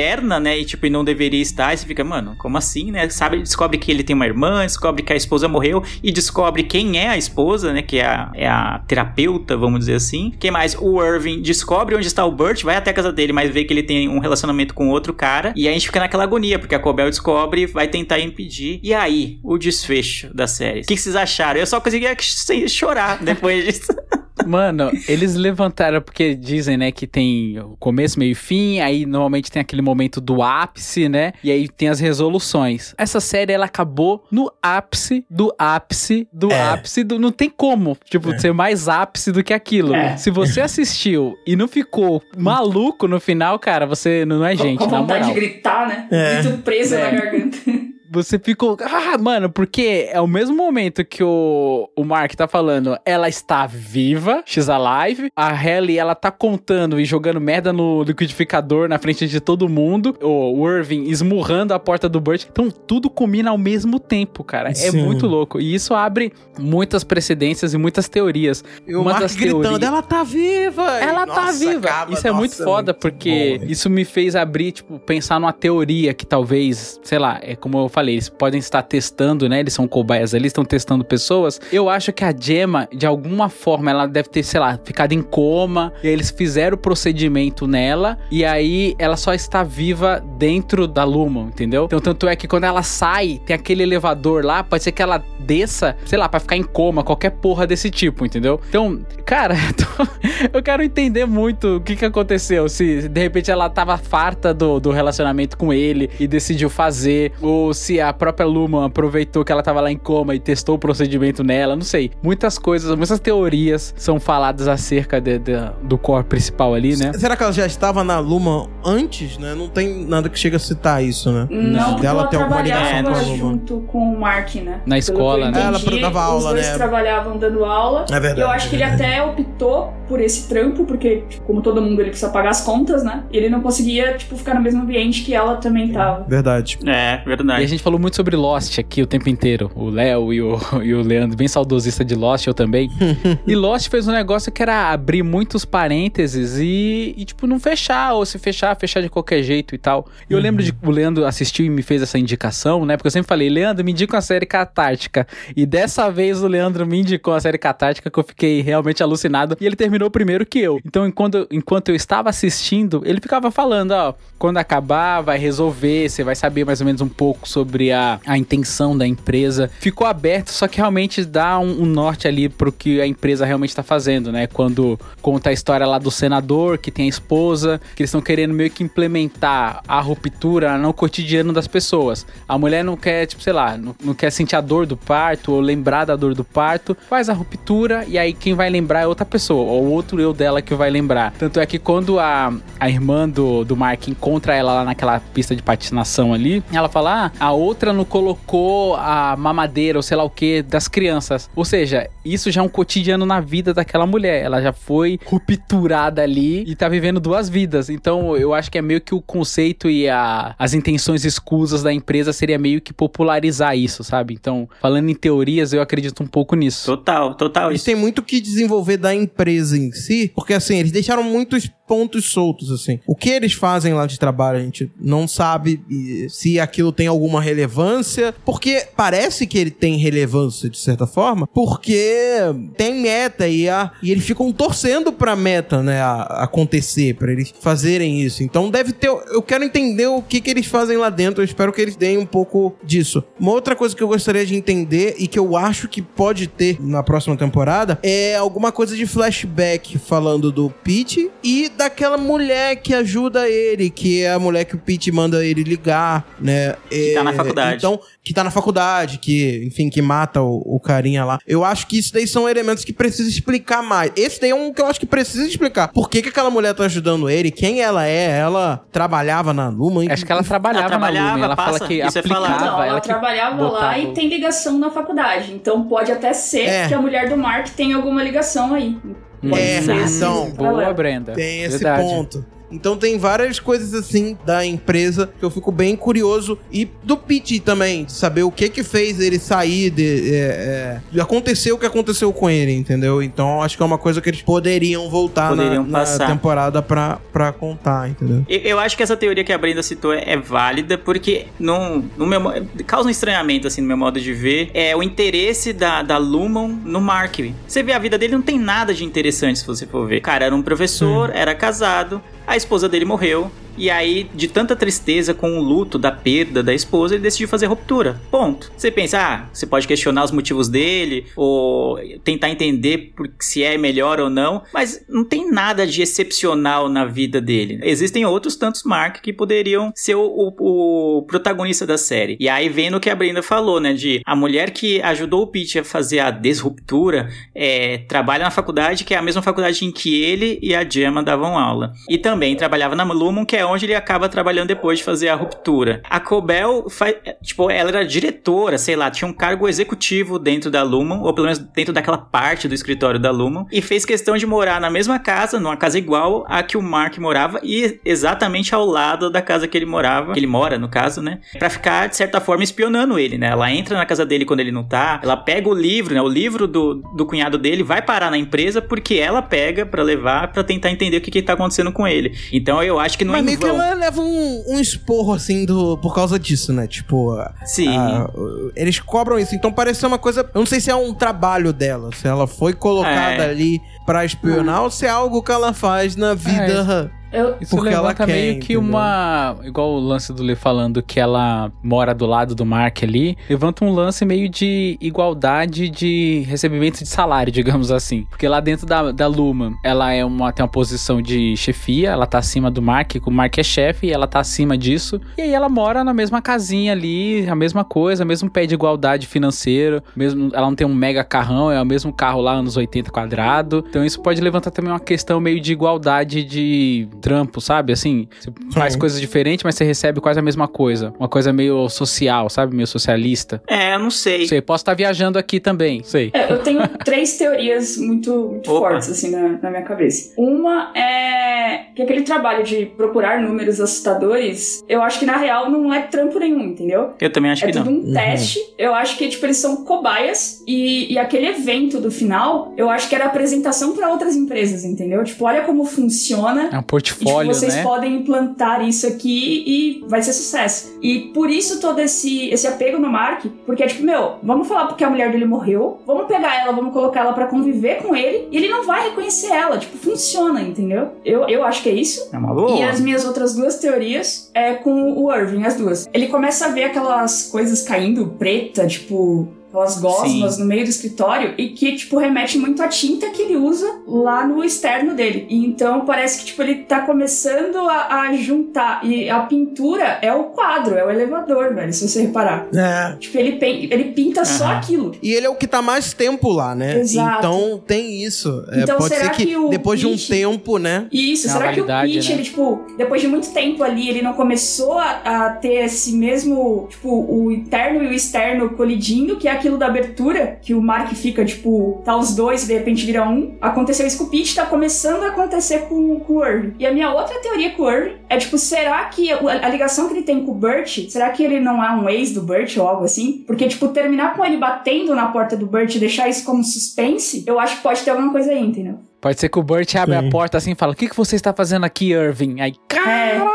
interna, né? E tipo, e não deveria estar. E você fica, mano, como assim, né? Sabe, descobre que ele tem uma irmã, descobre que a esposa morreu e descobre quem é a esposa, né? Que é a, é a terapeuta, vamos dizer assim. Quem mais? O Irving descobre onde está o Burt, vai até a casa dele, mas vê que ele tem um relacionamento com outro cara. E aí a gente fica naquela agonia, porque a Cobell descobre e vai tentar impedir. E aí, o desfecho da série. O que vocês acharam? Eu só conseguia chorar depois disso. Mano, eles levantaram porque dizem, né, que tem o começo, meio e fim, aí normalmente tem aquele momento do ápice, né, e aí tem as resoluções. Essa série, ela acabou no ápice do ápice do é. ápice do... Não tem como, tipo, é. ser mais ápice do que aquilo. É. Se você assistiu e não ficou maluco no final, cara, você não é gente, com, com na vontade moral. de gritar, né? É. Grito preso é. na garganta. Você ficou... Ah, mano, porque é o mesmo momento que o, o Mark tá falando, ela está viva, she's alive. A Halle, ela tá contando e jogando merda no liquidificador na frente de todo mundo. O, o Irving esmurrando a porta do Burt. Então, tudo combina ao mesmo tempo, cara. Sim. É muito louco. E isso abre muitas precedências e muitas teorias. E o Mark gritando, teorias... ela tá viva! Ela nossa, tá viva! Acaba, isso é nossa, muito foda, muito porque bom, isso me fez abrir, tipo, pensar numa teoria que talvez, sei lá, é como eu falei, eles podem estar testando, né? Eles são cobaias ali, estão testando pessoas. Eu acho que a Gemma, de alguma forma, ela deve ter, sei lá, ficado em coma. E aí eles fizeram o procedimento nela. E aí ela só está viva dentro da Lumon, entendeu? Então, tanto é que quando ela sai, tem aquele elevador lá, pode ser que ela desça, sei lá, pra ficar em coma, qualquer porra desse tipo, entendeu? Então, cara, eu quero entender muito o que que aconteceu. Se de repente ela tava farta do, do relacionamento com ele e decidiu fazer, ou se a própria Lumon aproveitou que ela tava lá em coma e testou o procedimento nela, não sei. Muitas coisas, muitas teorias são faladas acerca de, de, do core principal ali, né? Será que ela já estava na Lumon antes, né? Não tem nada que chega a citar isso, né? Não, porque ela trabalhava junto com o Mark, né? Na escola, né? Ela dava aula, né? Os dois trabalhavam dando aula. É verdade. Eu acho que ele até optou por esse trampo, porque, tipo, como todo mundo, ele precisa pagar as contas, né? Ele não conseguia, tipo, ficar no mesmo ambiente que ela também tava. Verdade. É, verdade. E a gente falou muito sobre Lost aqui o tempo inteiro. O Léo e o, e o Leandro, bem saudosista de Lost, eu também. E Lost fez um negócio que era abrir muitos parênteses e, e, tipo, não fechar, ou se fechar, fechar de qualquer jeito e tal. E eu lembro de que o Leandro assistiu e me fez essa indicação, né? Porque eu sempre falei, Leandro, me indica uma série catártica. E dessa vez o Leandro me indicou uma série catártica que eu fiquei realmente alucinado. E ele terminou primeiro que eu. Então, enquanto, enquanto eu estava assistindo, ele ficava falando, ó, quando acabar, vai resolver, você vai saber mais ou menos um pouco sobre a, a intenção da empresa. Ficou aberto, só que realmente dá um, um norte ali pro que a empresa realmente tá fazendo, né? Quando conta a história lá do senador, que tem a esposa, que eles estão querendo meio que implementar a ruptura no cotidiano das pessoas. A mulher não quer, tipo, sei lá, não, não quer sentir a dor do parto ou lembrar da dor do parto, faz a ruptura e aí quem vai lembrar é outra pessoa, ou outro eu dela que vai lembrar. Tanto é que quando a, a irmã do, do Mark encontra ela lá naquela pista de patinação ali, ela fala, ah, a outra não colocou a mamadeira ou sei lá o que das crianças. Ou seja, isso já é um cotidiano na vida daquela mulher. Ela já foi rupturada ali e tá vivendo duas vidas. Então eu acho que é meio que o conceito e a, as intenções escusas da empresa seria meio que popularizar isso, sabe? Então, falando em teorias, eu acredito um pouco nisso. Total, total. Eles têm muito que desenvolver da empresa em si, porque assim, eles deixaram muitos pontos soltos, assim. O que eles fazem lá de trabalho, a gente não sabe se aquilo tem alguma relevância, porque parece que ele tem relevância, de certa forma, porque tem meta e, a, e eles ficam torcendo pra meta, né, a, a acontecer, pra eles fazerem isso. Então deve ter... Eu quero entender o que que eles fazem lá dentro, eu espero que eles deem um pouco disso. Uma outra coisa que eu gostaria de entender e que eu acho que pode ter na próxima temporada é alguma coisa de flashback falando do Pete e daquela mulher que ajuda ele, que é a mulher que o Pete manda ele ligar, né? Que é, tá na faculdade. Então, que tá na faculdade, que, enfim, que mata o, o carinha lá. Eu acho que isso daí são elementos que precisa explicar mais. Esse daí é um que eu acho que precisa explicar. Por que que aquela mulher tá ajudando ele? Quem ela é? Ela trabalhava na Lumon? Acho que ela trabalhava, ela trabalhava na Lumon. Ela passa, fala que isso aplicava. É não, ela, ela trabalhava lá e tem ligação na faculdade. Então pode até ser é. que a mulher do Mark tenha alguma ligação aí. É, então, boa, Brenda. Tem esse Verdade. ponto. Então tem várias coisas assim da empresa que eu fico bem curioso. E do Pete também, de saber o que que fez ele sair de... É, é, aconteceu o que aconteceu com ele, entendeu? Então acho que é uma coisa que eles poderiam voltar poderiam na, na temporada pra, pra contar, entendeu? Eu, eu acho que essa teoria que a Brenda citou é, é válida, porque no, no meu, causa um estranhamento, assim, no meu modo de ver, é o interesse da, da Lumon no Mark. Você vê a vida dele, não tem nada de interessante, se você for ver. O cara era um professor, hum. era casado, a esposa dele morreu. E aí, de tanta tristeza com o luto da perda da esposa, ele decidiu fazer ruptura. Ponto. Você pensa, ah, você pode questionar os motivos dele, ou tentar entender se é melhor ou não, mas não tem nada de excepcional na vida dele. Existem outros tantos Mark que poderiam ser o, o, o protagonista da série. E aí vem no que a Brenda falou, né, de a mulher que ajudou o Pete a fazer a desruptura, é, trabalha na faculdade, que é a mesma faculdade em que ele e a Gemma davam aula. E também trabalhava na Lumon, que é onde ele acaba trabalhando depois de fazer a ruptura. A Cobell, faz, tipo, ela era diretora, sei lá, tinha um cargo executivo dentro da Lumon, ou pelo menos dentro daquela parte do escritório da Lumon, e fez questão de morar na mesma casa, numa casa igual a que o Mark morava, e exatamente ao lado da casa que ele morava, que ele mora, no caso, né, pra ficar, de certa forma, espionando ele, né, ela entra na casa dele quando ele não tá, ela pega o livro, né, o livro do, do cunhado dele, vai parar na empresa, porque ela pega pra levar, pra tentar entender o que que tá acontecendo com ele. Então eu acho que não é meio que ela leva um, um esporro, assim, do, por causa disso, né? Tipo... Sim. A, eles cobram isso. Então parece ser uma coisa... Eu não sei se é um trabalho dela. Se ela foi colocada é. ali pra espionar, hum. ou se é algo que ela faz na vida... É. Eu, Isso porque levanta ela quer, meio que entendeu? uma... Igual o lance do Lê falando que ela mora do lado do Mark ali. Levanta um lance meio de igualdade de recebimento de salário, digamos assim. Porque lá dentro da, da Lumon, ela é uma, tem uma posição de chefia. Ela tá acima do Mark, o Mark é chefe e ela tá acima disso. E aí ela mora na mesma casinha ali, a mesma coisa, mesmo pé de igualdade financeiro. Mesmo, ela não tem um mega carrão, é o mesmo carro lá, anos oitenta quadrado. Então isso pode levantar também uma questão meio de igualdade de... trampo, sabe? Assim, você faz Sim. coisas diferentes, mas você recebe quase a mesma coisa. Uma coisa meio social, sabe? Meio socialista. É, eu não sei. Sei, posso estar viajando aqui também, sei. É, eu tenho três teorias muito, muito fortes, assim, na, na minha cabeça. Uma é que aquele trabalho de procurar números assustadores, eu acho que, na real, não é trampo nenhum, entendeu? Eu também acho é que não. É tudo um uhum. teste. Eu acho que, tipo, eles são cobaias e, e aquele evento do final, eu acho que era apresentação para outras empresas, entendeu? Tipo, olha como funciona. É um portfólio, e, tipo, vocês né? podem implantar isso aqui e vai ser sucesso. E por isso todo esse, esse apego no Mark, porque é tipo, meu, vamos falar porque a mulher dele morreu, vamos pegar ela, vamos colocar ela pra conviver com ele, e ele não vai reconhecer ela. Tipo, funciona, entendeu? Eu, eu acho que é isso. É uma boa. E as minhas outras duas teorias é com o Irving, as duas. Ele começa a ver aquelas coisas caindo preta, tipo... aquelas gosmas Sim. no meio do escritório e que, tipo, remete muito à tinta que ele usa lá no externo dele. E então parece que, tipo, ele tá começando a, a juntar. E a pintura é o quadro, é o elevador, velho, se você reparar. É. Tipo, ele, ele pinta uhum. só aquilo. E ele é o que tá mais tempo lá, né? Exato. Então tem isso. É, então, pode será ser que, que depois Pete... de um tempo, né? Isso, é será que o Pete, né? ele, tipo, depois de muito tempo ali, ele não começou a, a ter esse mesmo, tipo, o interno e o externo colidindo, que é aquilo da abertura, que o Mark fica, tipo, tá os dois e de repente vira um. Aconteceu isso com o Pete, tá começando a acontecer com, com o Irving. E a minha outra teoria com o Irving é, tipo, será que a, a ligação que ele tem com o Burt, será que ele não é um ex do Burt ou algo assim? Porque, tipo, terminar com ele batendo na porta do Burt e deixar isso como suspense, eu acho que pode ter alguma coisa aí, entendeu? Pode ser que o Burt abre Sim. a porta assim e fala, o que, que você está fazendo aqui, Irving? Aí, caralho!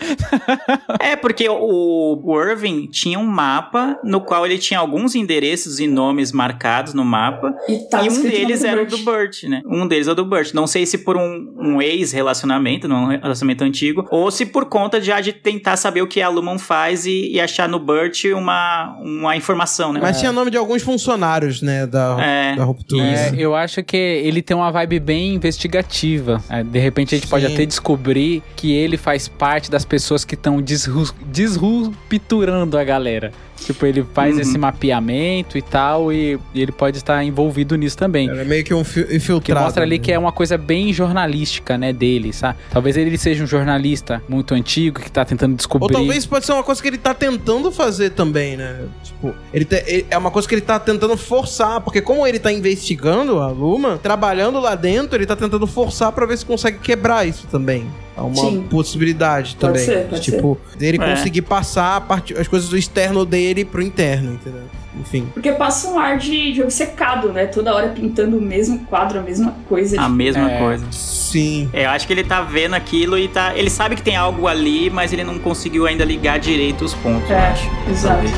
É, porque o, o Irving tinha um mapa no qual ele tinha alguns endereços e nomes marcados no mapa. E, tá e um deles era o do do Burt, né? Um deles é o do Burt. Não sei se por um, um ex-relacionamento, um relacionamento antigo, ou se por conta já de tentar saber o que a Lumon faz e, e achar no Burt uma, uma informação, né? Mas é. tinha nome de alguns funcionários, né? Da, é. da ruptura. É, eu acho que ele tem uma vibe bem investigativa. É, de repente a gente Sim. pode até descobrir que ele faz parte das pessoas que estão disru- disrupturando a galera. Tipo, ele faz uhum. esse mapeamento e tal, e, e ele pode estar envolvido nisso também. É meio que um fi- infiltrado. Que mostra ali né? que é uma coisa bem jornalística, né, dele, sabe? Talvez ele seja um jornalista muito antigo que tá tentando descobrir. Ou talvez pode ser uma coisa que ele tá tentando fazer também, né? Tipo, ele, te, ele é uma coisa que ele tá tentando forçar, porque como ele tá investigando a Lumon, trabalhando lá dentro, ele tá tentando forçar pra ver se consegue quebrar isso também. Há uma Sim. possibilidade Pode também. ser, pode tipo, dele É. conseguir passar a parte, as coisas do externo dele pro interno, entendeu? Enfim. Porque passa um ar de, de obcecado, né? Toda hora pintando o mesmo quadro, a mesma coisa. A tipo, mesma É. coisa. Sim. É, eu acho que ele tá vendo aquilo e tá. Ele sabe que tem algo ali, mas ele não conseguiu ainda ligar direito os pontos, eu É, acho. exato. Talvez.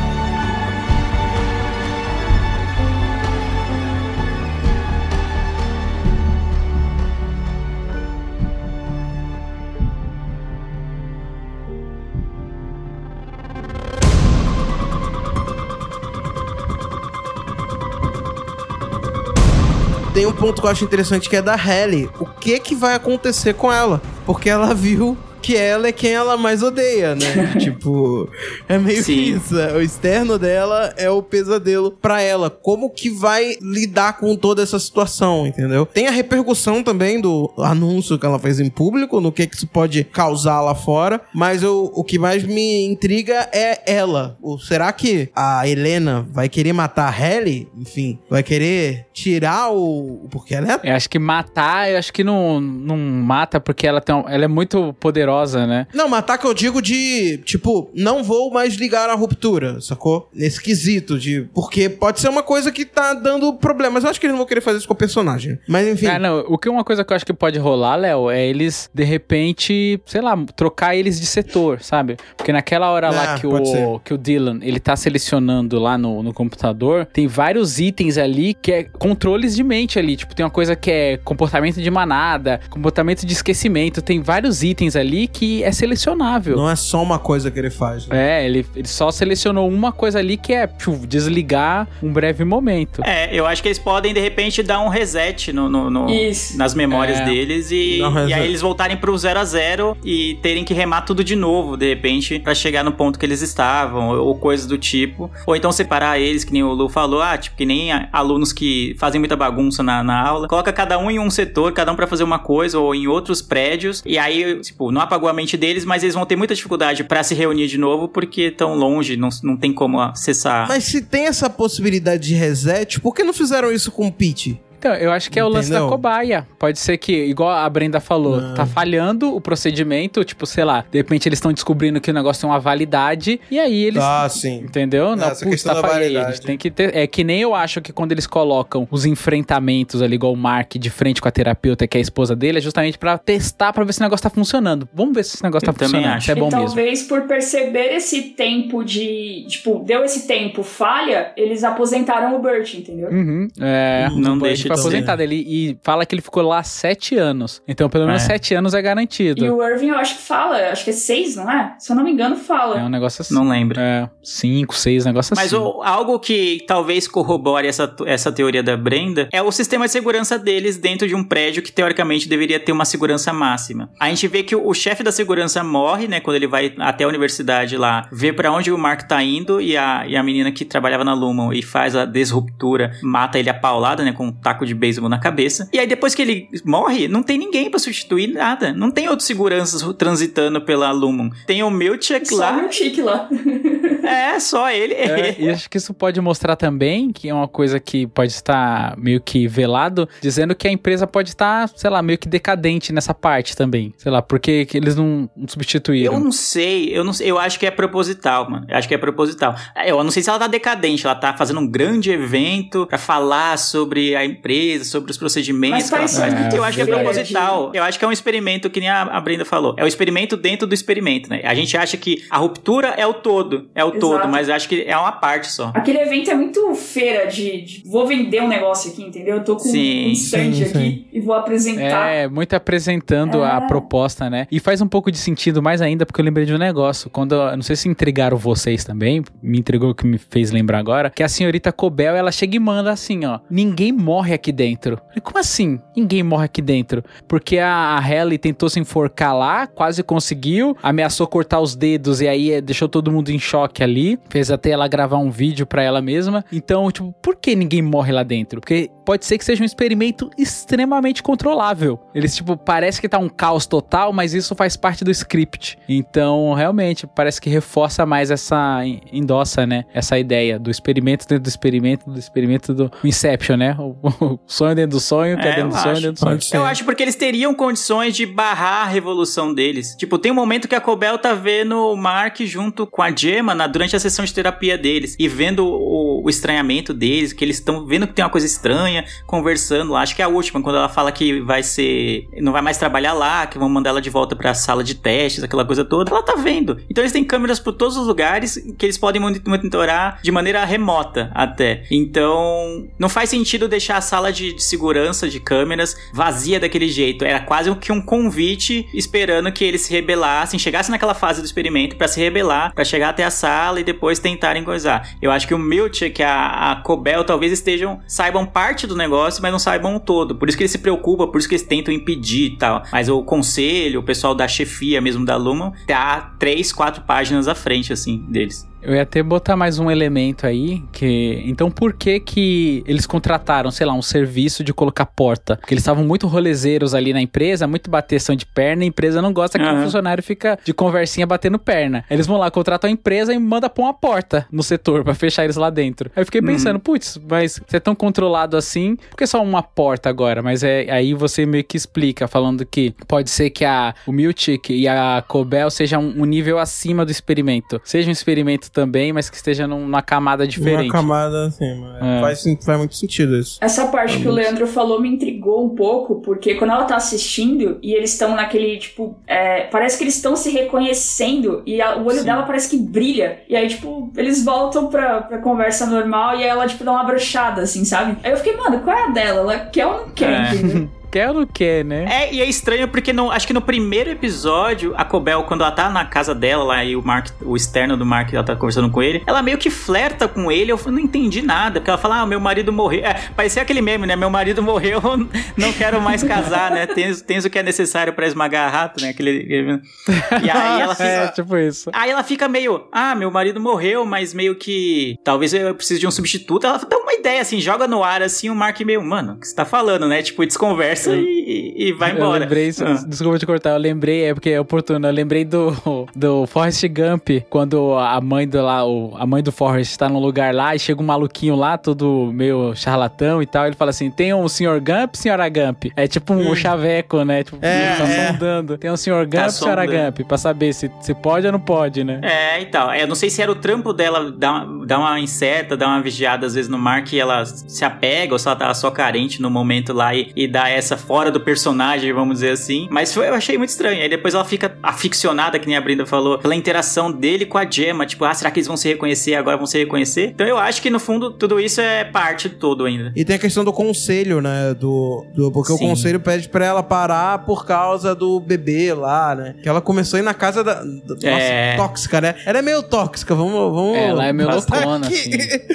Tem um ponto que eu acho interessante que é da Halle. O que que vai acontecer com ela? Porque ela viu que ela é quem ela mais odeia, né? Tipo, é meio Sim. que isso. O externo dela é o pesadelo pra ela. Como que vai lidar com toda essa situação, entendeu? Tem a repercussão também do anúncio que ela fez em público, no que que isso pode causar lá fora. Mas eu, o que mais me intriga é ela. O, será que a Helena vai querer matar a Halle? Enfim, vai querer tirar o... Porque ela é... Eu acho que matar, eu acho que não, não mata, porque ela, tem, um- ela é muito poderosa, né? Não, matar que eu digo de, tipo, não vou mais ligar a ruptura, sacou? Nesse quesito de... Porque pode ser uma coisa que tá dando problema, mas eu acho que eles não vão querer fazer isso com o personagem. Mas enfim... Ah, não, o que uma coisa que eu acho que pode rolar, Léo, é eles, de repente, sei lá, trocar eles de setor, sabe? Porque naquela hora lá Ah, que pode ser. o, que o Dylan, ele tá selecionando lá no, no computador, tem vários itens ali que é controles de mente ali. Tipo, tem uma coisa que é comportamento de manada, comportamento de esquecimento, tem vários itens ali que é selecionável. Não é só uma coisa que ele faz. Né? É, ele, ele só selecionou uma coisa ali que é tipo, desligar um breve momento. É, eu acho que eles podem, de repente, dar um reset no, no- no- Isso. nas memórias É. deles e, Dá um e reset. aí eles voltarem pro zero a zero e terem que remar tudo de novo, de repente, pra chegar no ponto que eles estavam, ou, ou coisas do tipo. Ou então separar eles, que nem o Lu falou, ah, tipo, que nem a- alunos que fazem muita bagunça na, na aula. Coloca cada um em um setor, cada um pra fazer uma coisa, ou em outros prédios, e aí, tipo, não apagou a mente deles, mas eles vão ter muita dificuldade pra se reunir de novo, porque estão longe, não, não tem como acessar. Mas se tem essa possibilidade de reset, por que não fizeram isso com o Pete? Então, eu acho que é o lance da Entendeu? cobaia. Pode ser que, igual a Brenda falou, Não. tá falhando o procedimento, tipo, sei lá, de repente eles estão descobrindo que o negócio tem uma validade, e aí eles... Ah, sim. Entendeu? Não, Essa putz, questão tá da falhando. validade. A gente tem que ter... É que nem eu acho que quando eles colocam os enfrentamentos ali, igual o Mark, de frente com a terapeuta, que é a esposa dele, é justamente pra testar, pra ver se o negócio tá funcionando. Vamos ver se esse negócio Eu tá também funcionando, acho. se é E bom mesmo. talvez por perceber esse tempo de... Tipo, deu esse tempo falha, eles aposentaram o Burt, entendeu? Uhum, é, Não ele deixa foi de ser. aposentado. Ele e fala que ele ficou lá sete anos. Então, pelo menos É. sete anos é garantido. E o Irving, eu acho que fala, acho que é seis, não é? Se eu não me engano, fala. É um negócio assim. Não lembro. É, cinco, seis, negócio Mas assim. o- algo que talvez corrobore essa, essa teoria da Brenda é o sistema de segurança deles dentro de um prédio que teoricamente deveria ter uma segurança máxima. A gente vê que o, o chefe da segurança morre, né, quando ele vai até a universidade lá, vê pra onde o Mark tá indo e a, e a menina que trabalhava na Lumon e faz a desruptura, mata ele a paulada, né, com um taco de beisebol na cabeça. E aí depois que ele morre, não tem ninguém pra substituir nada. Não tem outros seguranças transitando pela Lumon. Tem o Milchek Só lá. meu chique lá. É, só ele. É, e acho que isso pode mostrar também, que é uma coisa que pode estar meio que velado, dizendo que a empresa pode estar, sei lá, meio que decadente nessa parte também. Sei lá, porque que eles não não substituíram. Eu não sei, eu não sei, eu acho que é proposital, mano. Eu acho que é proposital. Eu não sei se ela tá decadente, ela tá fazendo um grande evento pra falar sobre a empresa, sobre os procedimentos. Mas faz que ela faz. muito eu acho que é feio, proposital. Eu acho que é um experimento, que nem a, a Brenda falou. É o experimento dentro do experimento, né? A gente acha que a ruptura é o todo, é o Exato. todo, mas eu acho que é uma parte só. Aquele evento é muito feira de, de vou vender um negócio aqui, entendeu? Eu tô com Sim, um stand sim, aqui sim. e vou apresentar. É, muito apresentando a É. proposta, né? E faz um pouco de sentido mais ainda, porque eu lembrei de um negócio. Quando, eu não sei se intrigaram vocês também, me intrigou o que me fez lembrar agora, que a senhorita Cobel, ela chega e manda assim, ó, ninguém morre aqui dentro. Eu falei, como assim? Ninguém morre aqui dentro? Porque a, a Halle tentou se enforcar lá, quase conseguiu, ameaçou cortar os dedos e aí eh, deixou todo mundo em choque ali. ali, fez até ela gravar um vídeo pra ela mesma. Então, tipo, por que ninguém morre lá dentro? Porque pode ser que seja um experimento extremamente controlável. Eles, tipo, parece que tá um caos total, mas isso faz parte do script. Então, realmente, parece que reforça mais essa, endossa, né? Essa ideia do experimento dentro do experimento, do experimento do Inception, né? O, o sonho dentro do sonho, que é, é dentro do sonho, dentro do sonho. Eu acho porque eles teriam condições de barrar a revolução deles. Tipo, tem um momento que a Cobell tá vendo o Mark junto com a Gemma na, durante a sessão de terapia deles e vendo o, o estranhamento deles, que eles estão vendo que tem uma coisa estranha, conversando lá. Acho que é a última, quando ela fala que vai ser... não vai mais trabalhar lá, que vão mandar ela de volta pra sala de testes, aquela coisa toda. Ela tá vendo. Então eles têm câmeras por todos os lugares que eles podem monitorar de maneira remota até. Então, não faz sentido deixar a sala de, de segurança de câmeras vazia daquele jeito. Era quase que um convite esperando que eles se rebelassem, chegassem naquela fase do experimento pra se rebelar, pra chegar até a sala e depois tentarem coisar. Eu acho que o Milchick, a, a Cobell, talvez estejam, saibam parte do negócio, mas não saibam o todo. Por isso que eles se preocupam, por isso que eles tentam impedir e tal. Mas o conselho, o pessoal da chefia mesmo da Lumon, tá três, quatro páginas à frente, assim, deles. Eu ia até botar mais um elemento aí, que... Então por que que eles contrataram, sei lá, um serviço de colocar porta? Porque eles estavam muito rolezeiros ali na empresa, muito bateção de perna, a empresa não gosta que uhum. o funcionário fica de conversinha batendo perna. Eles vão lá, contratam a empresa e mandam pôr uma porta no setor pra fechar eles lá dentro. Aí eu fiquei pensando, uhum. putz, mas você é tão controlado assim, por que só uma porta agora? Mas é, aí você meio que explica, falando que pode ser que a, o Milchick e a Cobell sejam um, um nível acima do experimento. Seja um experimento também, mas que esteja numa camada diferente. Uma camada, assim, é. faz, faz muito sentido isso. Essa parte é que muito. o Leandro falou me intrigou um pouco, porque quando ela tá assistindo e eles estão naquele, tipo, é, parece que eles estão se reconhecendo e a, o olho Sim. dela parece que brilha. E aí, tipo, eles voltam pra, pra conversa normal e aí ela, tipo, dá uma brochada, assim, sabe? Aí eu fiquei, mano, qual é a dela? Ela quer ou não quer, é. entendeu? Quer ou não quer, né? É, e é estranho porque no, acho que no primeiro episódio, a Cobell, quando ela tá na casa dela lá e o Mark, o externo do Mark, ela tá conversando com ele, ela meio que flerta com ele, eu não entendi nada, porque ela fala, ah, meu marido morreu. É, parecia aquele meme, né? Meu marido morreu, não quero mais casar, né? Tens, tens o que é necessário pra esmagar rato, né? Aquele... E aí ela fica... É, tipo isso. Aí ela fica meio, ah, meu marido morreu, mas meio que talvez eu precise de um substituto. Ela dá uma ideia, assim, joga no ar, assim, o Mark meio, mano, o que você tá falando, né? Tipo, desconversa e... e vai embora. Eu lembrei, ah. desculpa te cortar, eu lembrei, é porque é oportuno, eu lembrei do, do Forrest Gump, quando a mãe do, lá, o, a mãe do Forrest tá num lugar lá e chega um maluquinho lá, todo meio charlatão e tal, ele fala assim, tem um senhor Gump, senhora Gump? É tipo um hum. chaveco, né? Tipo, é, tá é. sondando. Tem um senhor Gump, tá senhora Gump, pra saber se, se pode ou não pode, né? É, e tal. Eu não sei se era o trampo dela dar uma, dar uma incerta, dar uma vigiada às vezes no Mark e ela se apega, ou se ela tava só carente no momento lá e, e dá essa fora do personagem, vamos dizer assim. Mas foi, eu achei muito estranho. Aí depois ela fica aficionada, que nem a Brenda falou, pela interação dele com a Gemma. Tipo, ah, será que eles vão se reconhecer? Agora vão se reconhecer? Então eu acho que no fundo tudo isso é parte do todo ainda. E tem a questão do conselho, né? Do, do, porque Sim. o conselho pede pra ela parar por causa do bebê lá, né? Que ela começou a ir na casa da... da é. Nossa, tóxica, né? Ela é meio tóxica, vamos... vamos ela é meio loucona, assim.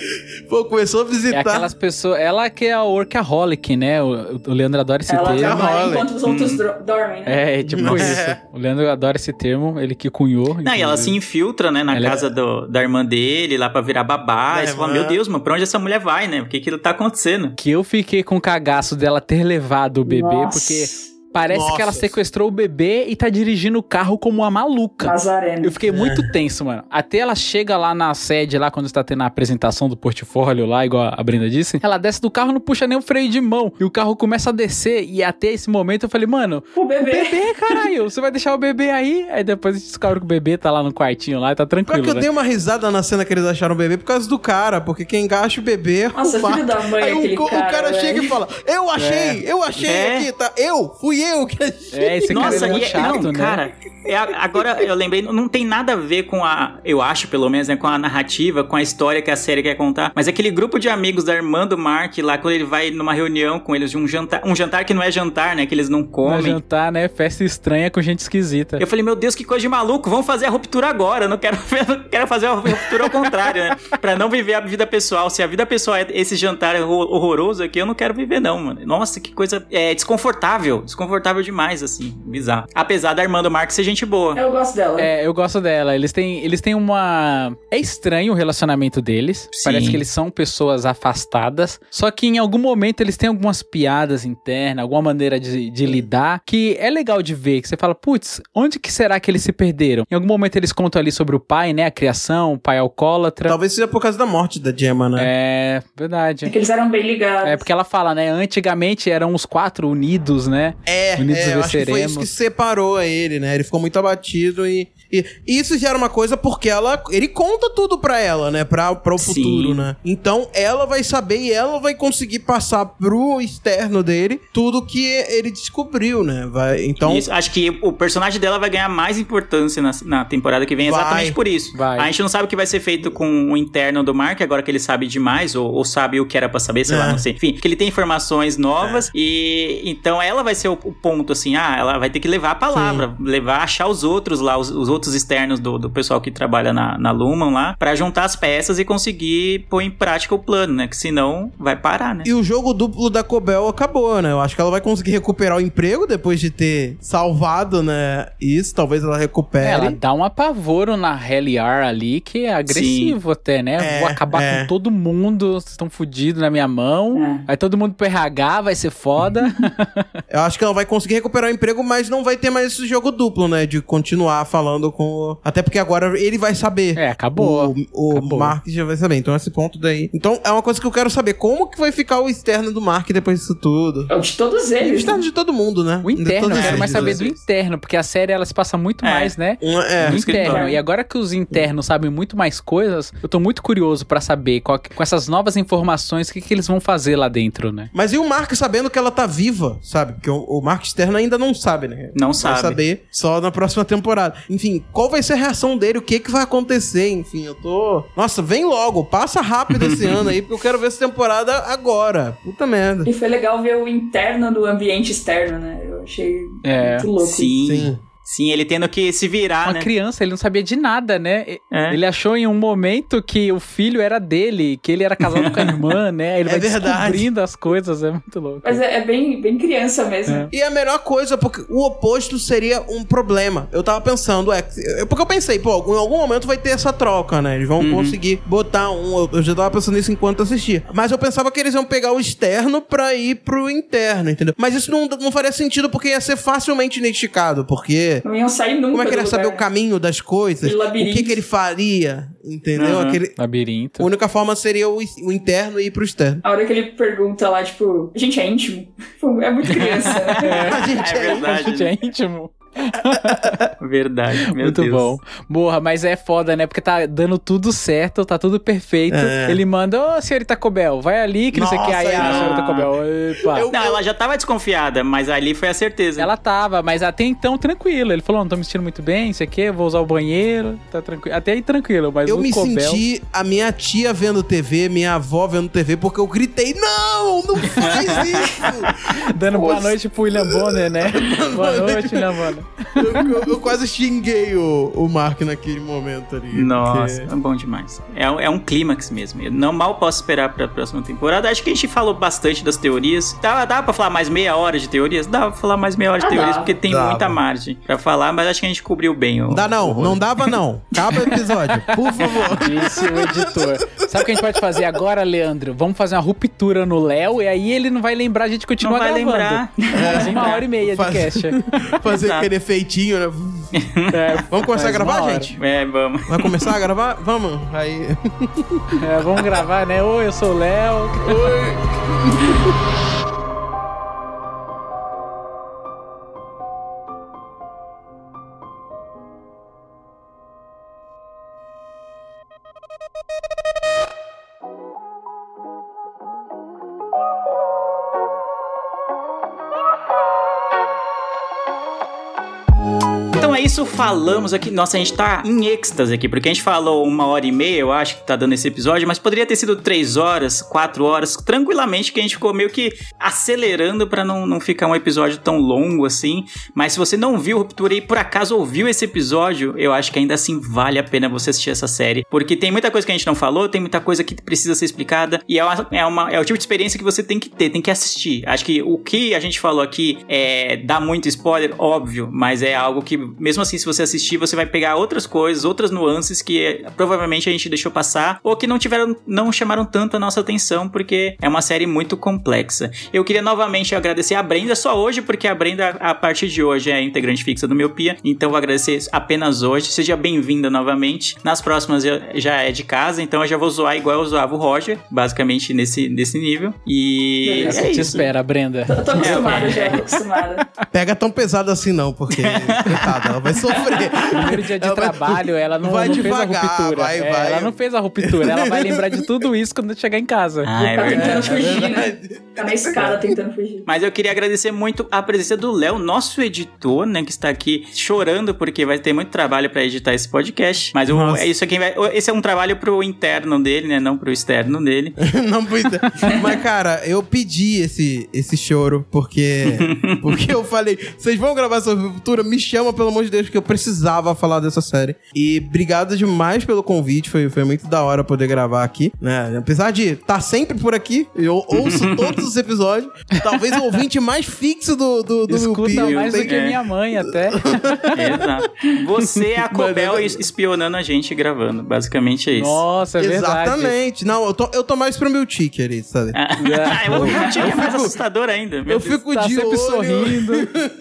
Pô, começou a visitar... É aquelas pessoas... Ela que é a workaholic, né? O, o Leandro adora esse ela termo. Ela trabalha enquanto os outros hum. dormem, né? É, tipo Nossa. isso. O Leandro adora esse termo, ele que cunhou. Não, e ela se infiltra, né, na ela casa é... do, da irmã dele, lá pra virar babá. É, e você fala, meu Deus, mano, pra onde essa mulher vai, né? O que que tá acontecendo? Que eu fiquei com o cagaço dela ter levado o bebê, Nossa. porque... Parece Nossa. que ela sequestrou o bebê e tá dirigindo o carro como uma maluca. Nazareno. Eu fiquei muito é. tenso, mano. Até ela chega lá na sede, lá quando está tendo a apresentação do portfólio lá, igual a Brenda disse, ela desce do carro, não puxa nem o freio de mão. E o carro começa a descer. E até esse momento eu falei, mano, o bebê, o bebê caralho, você vai deixar o bebê aí? Aí depois a gente descobre que o bebê tá lá no quartinho lá e tá tranquilo, Pior que eu né? dei uma risada na cena que eles acharam o bebê por causa do cara, porque quem engacha o bebê é Nossa, o filho da mãe, aí aquele o, cara, o cara véio. chega e fala, eu achei, é. eu achei é. aqui, tá? Eu, fui eu que achei. É, esse Nossa, cara é muito e, chato, não, né? Cara, é, agora eu lembrei, não tem nada a ver com a, eu acho pelo menos, né, com a narrativa, com a história que a série quer contar, mas aquele grupo de amigos da irmã do Mark lá, quando ele vai numa reunião com eles, de um jantar, um jantar que não é jantar, né, que eles não comem. Não é jantar, né, festa estranha com gente esquisita. Eu falei, meu Deus, que coisa de maluco, vamos fazer a ruptura agora, eu não quero, eu não quero fazer a ruptura ao contrário, né, pra não viver a vida pessoal. Se a vida pessoal é esse jantar horroroso aqui, eu não quero viver não, mano. Nossa, que coisa é, desconfortável, desconfortável. confortável demais, assim, bizarro. Apesar da irmã do Mark ser gente boa. Eu gosto dela. É, eu gosto dela. Eles têm, eles têm uma... É estranho o relacionamento deles. Sim. Parece que eles são pessoas afastadas. Só que em algum momento eles têm algumas piadas internas, alguma maneira de, de lidar, que é legal de ver. Que você fala, putz, onde que será que eles se perderam? Em algum momento eles contam ali sobre o pai, né? A criação, o pai alcoólatra. Talvez seja por causa da morte da Gemma, né? É, verdade. É que eles eram bem ligados. É porque ela fala, né? Antigamente eram os quatro unidos, né? É, Unidos é eu acho que foi venceremos. isso que separou ele, né? Ele ficou muito abatido e, e isso já era uma coisa porque ela, ele conta tudo pra ela, né? Pra, pra o Sim. futuro, né? Então ela vai saber e ela vai conseguir passar pro externo dele tudo que ele descobriu, né? Vai, então... Isso, acho que o personagem dela vai ganhar mais importância na, na temporada que vem Vai. exatamente por isso. Vai. A gente não sabe o que vai ser feito com o interno do Mark, agora que ele sabe demais, ou, ou sabe o que era pra saber, sei É. lá, não sei. Enfim, que ele tem informações novas e então ela vai ser o, o ponto, assim, ah, ela vai ter que levar a palavra, levar, achar os outros lá, os, os outros externos do, do pessoal que trabalha na, na Lumen lá, pra juntar as peças e conseguir pôr em prática o plano, né? Que senão vai parar, né? E o jogo duplo da Cobel acabou, né? Eu acho que ela vai conseguir recuperar o emprego depois de ter salvado, né? Isso, talvez ela recupere. É, ela dá um apavoro na Helliar ali, que é agressivo até, né? É, Vou acabar é. com todo mundo, vocês estão fodidos na minha mão. É. Vai todo mundo pro R H, vai ser foda. Eu acho que ela vai conseguir recuperar o emprego, mas não vai ter mais esse jogo duplo, né? De continuar falando com o... Até porque agora ele vai saber. É, acabou. O, o Acabou. Mark já vai saber. Então esse ponto daí... Então é uma coisa que eu quero saber. Como que vai ficar o externo do Mark depois disso tudo? É o de todos E o eles. externo né? de todo mundo, né? O interno, De eu todos quero eles, mais saber né? do interno, porque a série ela se passa muito É. mais, né? Um- é. Do Isso que interno. ele E agora que os internos sabem muito mais coisas, eu tô muito curioso pra saber qual que- com essas novas informações, o que, que eles vão fazer lá dentro, né? Mas e o Mark sabendo que ela tá viva, sabe? Porque o, o Mark externo ainda não sabe, né? Não vai sabe. saber só na próxima temporada. Enfim, qual vai ser a reação dele? O que que vai acontecer? Enfim, eu tô... Nossa, vem logo. Passa rápido esse ano aí, porque eu quero ver essa temporada agora. Puta merda. E foi legal ver o interno do ambiente externo, né? Eu achei É. muito louco. Sim. Sim. Sim, ele tendo que se virar, Uma né? criança, ele não sabia de nada, né? E- É. Ele achou em um momento que o filho era dele, que ele era casado com a irmã, né? Ele É vai verdade. descobrindo as coisas, é muito louco. Mas é, é bem, bem criança mesmo. É. E a melhor coisa, porque o oposto seria um problema. Eu tava pensando, é... eu- Porque eu pensei, pô, em algum momento vai ter essa troca, né? Eles vão Uhum. conseguir botar um... eu- Eu já tava pensando nisso enquanto assistia. Mas eu pensava que eles iam pegar o externo pra ir pro interno, entendeu? Mas isso não, não faria sentido porque ia ser facilmente identificado, porque... Não iam sair nunca. Como é que do ele ia saber lugar. o caminho das coisas? Aquele O labirinto. que que ele faria? Entendeu? Uhum. Aquele... Labirinto. A única forma seria o, o interno ir pro externo. A hora que ele pergunta lá, tipo, a gente é íntimo? Pô, é muito criança. né? A gente É é... verdade. Gente, é íntimo. Verdade, meu Muito Deus. bom. Porra, mas é foda, né? Porque tá dando tudo certo, tá tudo perfeito. É. Ele manda, ô, senhorita Cobel, vai ali, que não sei o que. Nossa, Aí, ah, não. senhorita Cobel, epa. Eu- Não, ela já tava desconfiada, mas ali foi a certeza. Ela tava, mas até então tranquilo. Ele falou, não tô me sentindo muito bem, isso aqui, vou usar o banheiro, tá tranquilo. Até aí tranquilo, mas Eu o me Cobel... senti a minha tia vendo T V, minha avó vendo T V, porque eu gritei, não, não faz isso! Dando boa noite pro William Bonner, né? Boa noite, William Bonner. eu, eu- eu quase xinguei o, o Mark naquele momento ali. Nossa, porque- é bom demais. É, um- é um clímax mesmo. Eu não mal posso esperar pra próxima temporada. Acho que a gente falou bastante das teorias. Dá, dá pra falar mais meia hora de teorias? Dá pra falar mais meia hora de Ah, teorias, dá. porque tem Dava. muita margem pra falar, mas acho que a gente cobriu bem o. Não dá não, o rolê. não dava não. Acaba o episódio, por favor. Disse o editor. Sabe o que a gente pode fazer agora, Leandro? Vamos fazer uma ruptura no Léo e aí ele não vai lembrar, a gente continua Não vai gravando. lembrar. Mais uma hora e meia de Faz- cast. Fazer Exato. aquele efeitinho, né? É, Vamos começar a mais uma gravar, hora. gente? É, vamos. Vai começar a gravar? Vamos. Aí. É, vamos gravar, né? Oi, eu sou o Léo. Então Então é isso, falamos aqui. Nossa, a gente tá em êxtase aqui, porque a gente falou uma hora e meia, eu acho que tá dando esse episódio, mas poderia ter sido três horas, quatro horas, tranquilamente, que a gente ficou meio que acelerando pra não, não ficar um episódio tão longo assim. Mas se você não viu Ruptura e por acaso ouviu esse episódio, eu acho que ainda assim vale a pena você assistir essa série, porque tem muita coisa que a gente não falou, tem muita coisa que precisa ser explicada, e é, uma, é, uma, é o tipo de experiência que você tem que ter, tem que assistir. Acho que o que a gente falou aqui é, dá muito spoiler, óbvio, mas é algo que, mesmo assim, se você assistir, você vai pegar outras coisas, outras nuances que é, provavelmente a gente deixou passar, ou que não tiveram, não chamaram tanto a nossa atenção, porque é uma série muito complexa. Eu queria novamente agradecer a Brenda, só hoje, porque a Brenda, a partir de hoje, é integrante fixa do Miopia, então vou agradecer apenas hoje. Seja bem-vinda novamente. Nas próximas já é de casa, então eu já vou zoar igual eu zoava o Roger, basicamente nesse, nesse nível. E é te espera, Brenda. Tô, tô acostumada é, já, tô acostumada. Pega tão pesado assim não, porque coitada, ela vai sofrer. Primeiro dia de ela trabalho, vai, ela não, vai não devagar, fez a ruptura. vai, É, vai. Ela não fez a ruptura, ela vai lembrar de tudo isso quando chegar em casa. Ah, é Tá verdade. tentando fugir, né? Tá na escada tentando fugir. Mas eu queria agradecer muito a presença do Léo, nosso editor, né, que está aqui chorando porque vai ter muito trabalho para editar esse podcast. Mas o, é isso aqui vai, esse é um trabalho pro interno dele, né, não pro externo dele. Não pro interno. Mas cara, eu pedi esse esse choro porque porque eu falei, vocês vão gravar sobre Ruptura? Me chama, pelo amor de Deus, porque eu precisava falar dessa série. E obrigado demais pelo convite, foi, foi muito da hora poder gravar aqui, né? Apesar de estar sempre por aqui, eu ouço todos os episódios, talvez o ouvinte mais fixo do, do, do Escuta Miopia. mais do Tem que É. minha mãe, até. Exato. Você é a Cobel espionando a gente gravando, basicamente é isso. Nossa, é verdade. Exatamente. Não, eu tô, eu tô mais pro meu tique ali, sabe? Ah, o Tic é mais assustador ainda. Meu Eu Deus. fico Tá de sempre olho. sorrindo.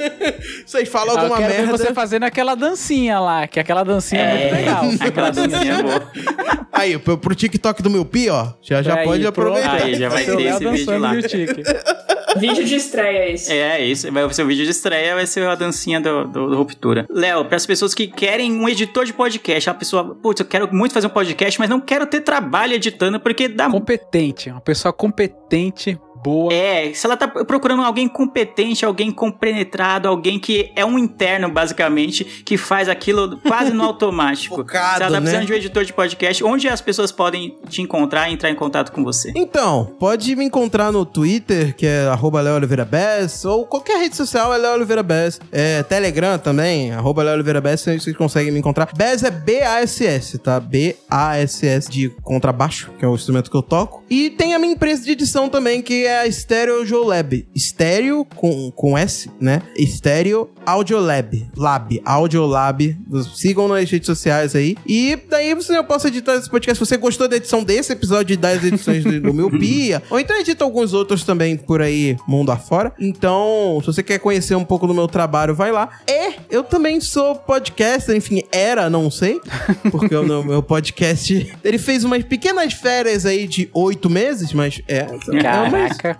Vocês falam Ah, eu alguma quero ver merda. você fazendo aquela dancinha lá, que aquela dancinha é, muito legal. Aquela dancinha é boa. Aí, pro, pro TikTok do Miopia, ó, já, já Aí, pode pronto. aproveitar. Aí, já vai Seu ter Léo esse vídeo dançando lá. no tique. Vídeo de estreia esse. É, isso. Vai ser o vídeo de estreia, vai ser a dancinha do, do, do Ruptura. Léo, para as pessoas que querem um editor de podcast, a pessoa, putz, eu quero muito fazer um podcast, mas não quero ter trabalho editando, porque dá... Competente, uma pessoa competente, boa. É, se ela tá procurando alguém competente, alguém compenetrado, alguém que é um interno, basicamente, que faz aquilo quase no automático. Focado, se ela tá precisando né? de um editor de podcast, onde as pessoas podem te encontrar e entrar em contato com você? Então, pode me encontrar no Twitter, que é arroba Léo Oliveira Bess, ou qualquer rede social é Léo Oliveira Bess. É, Telegram também, arroba Léo Oliveira Bess, vocês conseguem me encontrar. Bess é B A S S, tá? B A S S de contrabaixo, que é o instrumento que eu toco. E tem a minha empresa de edição também, que é a Stereo Lab. Stereo com, com S, né? Stereo Audio Lab. Lab, Audio Lab. Sigam nas redes sociais aí. E daí você, eu posso editar esse podcast. Se você gostou da edição desse episódio e das edições do, do Miopia, ou então edita alguns outros também por aí, mundo afora. Então, se você quer conhecer um pouco do meu trabalho, vai lá. E eu também sou podcaster, enfim, era, não sei, porque o meu, meu podcast, ele fez umas pequenas férias aí de oito meses, mas é... Caraca.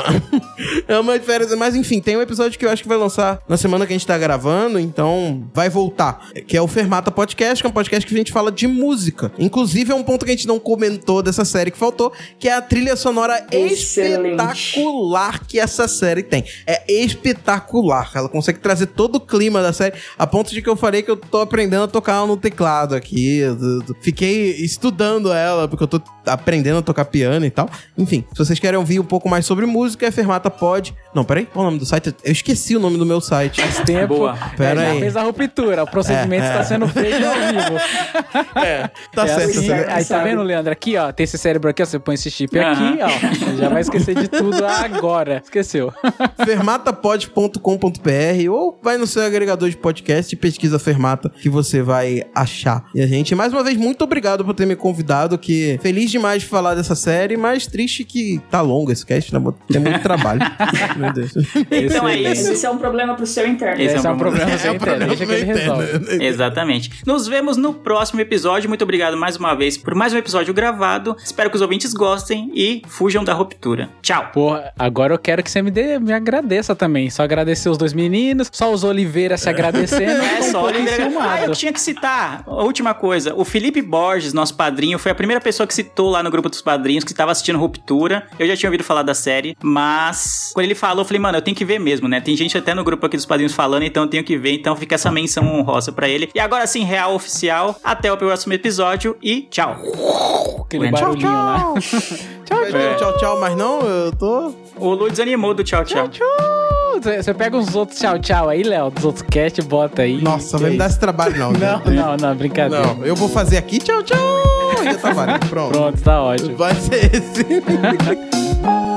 É uma diferença, mas enfim, tem um episódio que eu acho que vai lançar na semana que a gente tá gravando, então vai voltar, que é o Fermata Podcast, que é um podcast que a gente fala de música. Inclusive é um ponto que a gente não comentou dessa série que faltou, que é a trilha sonora Excelente. espetacular que essa série tem. É espetacular, ela consegue trazer todo o clima da série, a ponto de que eu falei que eu tô aprendendo a tocar ela no teclado aqui, eu, eu, eu fiquei estudando ela, porque eu tô aprendendo a tocar piano e tal. Enfim, se vocês querem ouvir um pouco mais sobre música, é Fermata Pod. Não, peraí, qual é o nome do site? Eu esqueci o nome do meu site. Faz tempo. Boa. Pera é, já aí. fez a ruptura. O procedimento É, está é. sendo feito ao vivo. É, tá É certo. assim, tá certo. aí tá sabe. vendo, Leandro? Aqui, ó, tem esse cérebro aqui, ó. Você põe esse chip aqui, ó. Já vai esquecer de tudo agora. Esqueceu. fermatapod ponto com ponto b r ou vai no seu agregador de podcast e pesquisa Fermata que você vai achar. E a gente, mais uma vez, muito obrigado por ter me convidado, que feliz demais de falar dessa série, mas triste que tá longo esse cast, né? Tem muito trabalho. Meu Deus. Então é Excelente. isso. Esse é um problema pro seu interno. Esse Esse é um problema É sem um internet. Deixa que ele problema resolve. Exatamente. Nos vemos no próximo episódio. Muito obrigado mais uma vez por mais um episódio gravado. Espero que os ouvintes gostem e fujam da ruptura. Tchau. Porra, agora eu quero que você me dê, me agradeça também. Só agradecer os dois meninos, só os Oliveira se agradecendo. É tô um só pouco Oliveira. Ah, enciumado. eu tinha que citar a última coisa. O Felipe Borges, nosso padrinho, foi a primeira pessoa que citou comentou lá no grupo dos padrinhos que tava assistindo Ruptura. Eu já tinha ouvido falar da série, mas quando ele falou, eu falei, mano, eu tenho que ver mesmo, né? Tem gente até no grupo aqui dos padrinhos falando, então eu tenho que ver. Então fica essa menção honrosa pra ele. E agora sim, real oficial. Até o próximo episódio e tchau. Aquele barulhinho tchau, lá. Tchau, tchau. É. Tchau, tchau, mas não, eu tô... O Lu desanimou do tchau, tchau. Tchau, tchau. Você pega uns outros tchau, tchau aí, Léo, dos outros cast e bota aí. Nossa, vai me dar esse trabalho não. Não, não, não, brincadeira. Não, eu vou fazer aqui, tchau, tchau. E eu trabalho, pronto. Pronto, tá ótimo. Vai ser esse.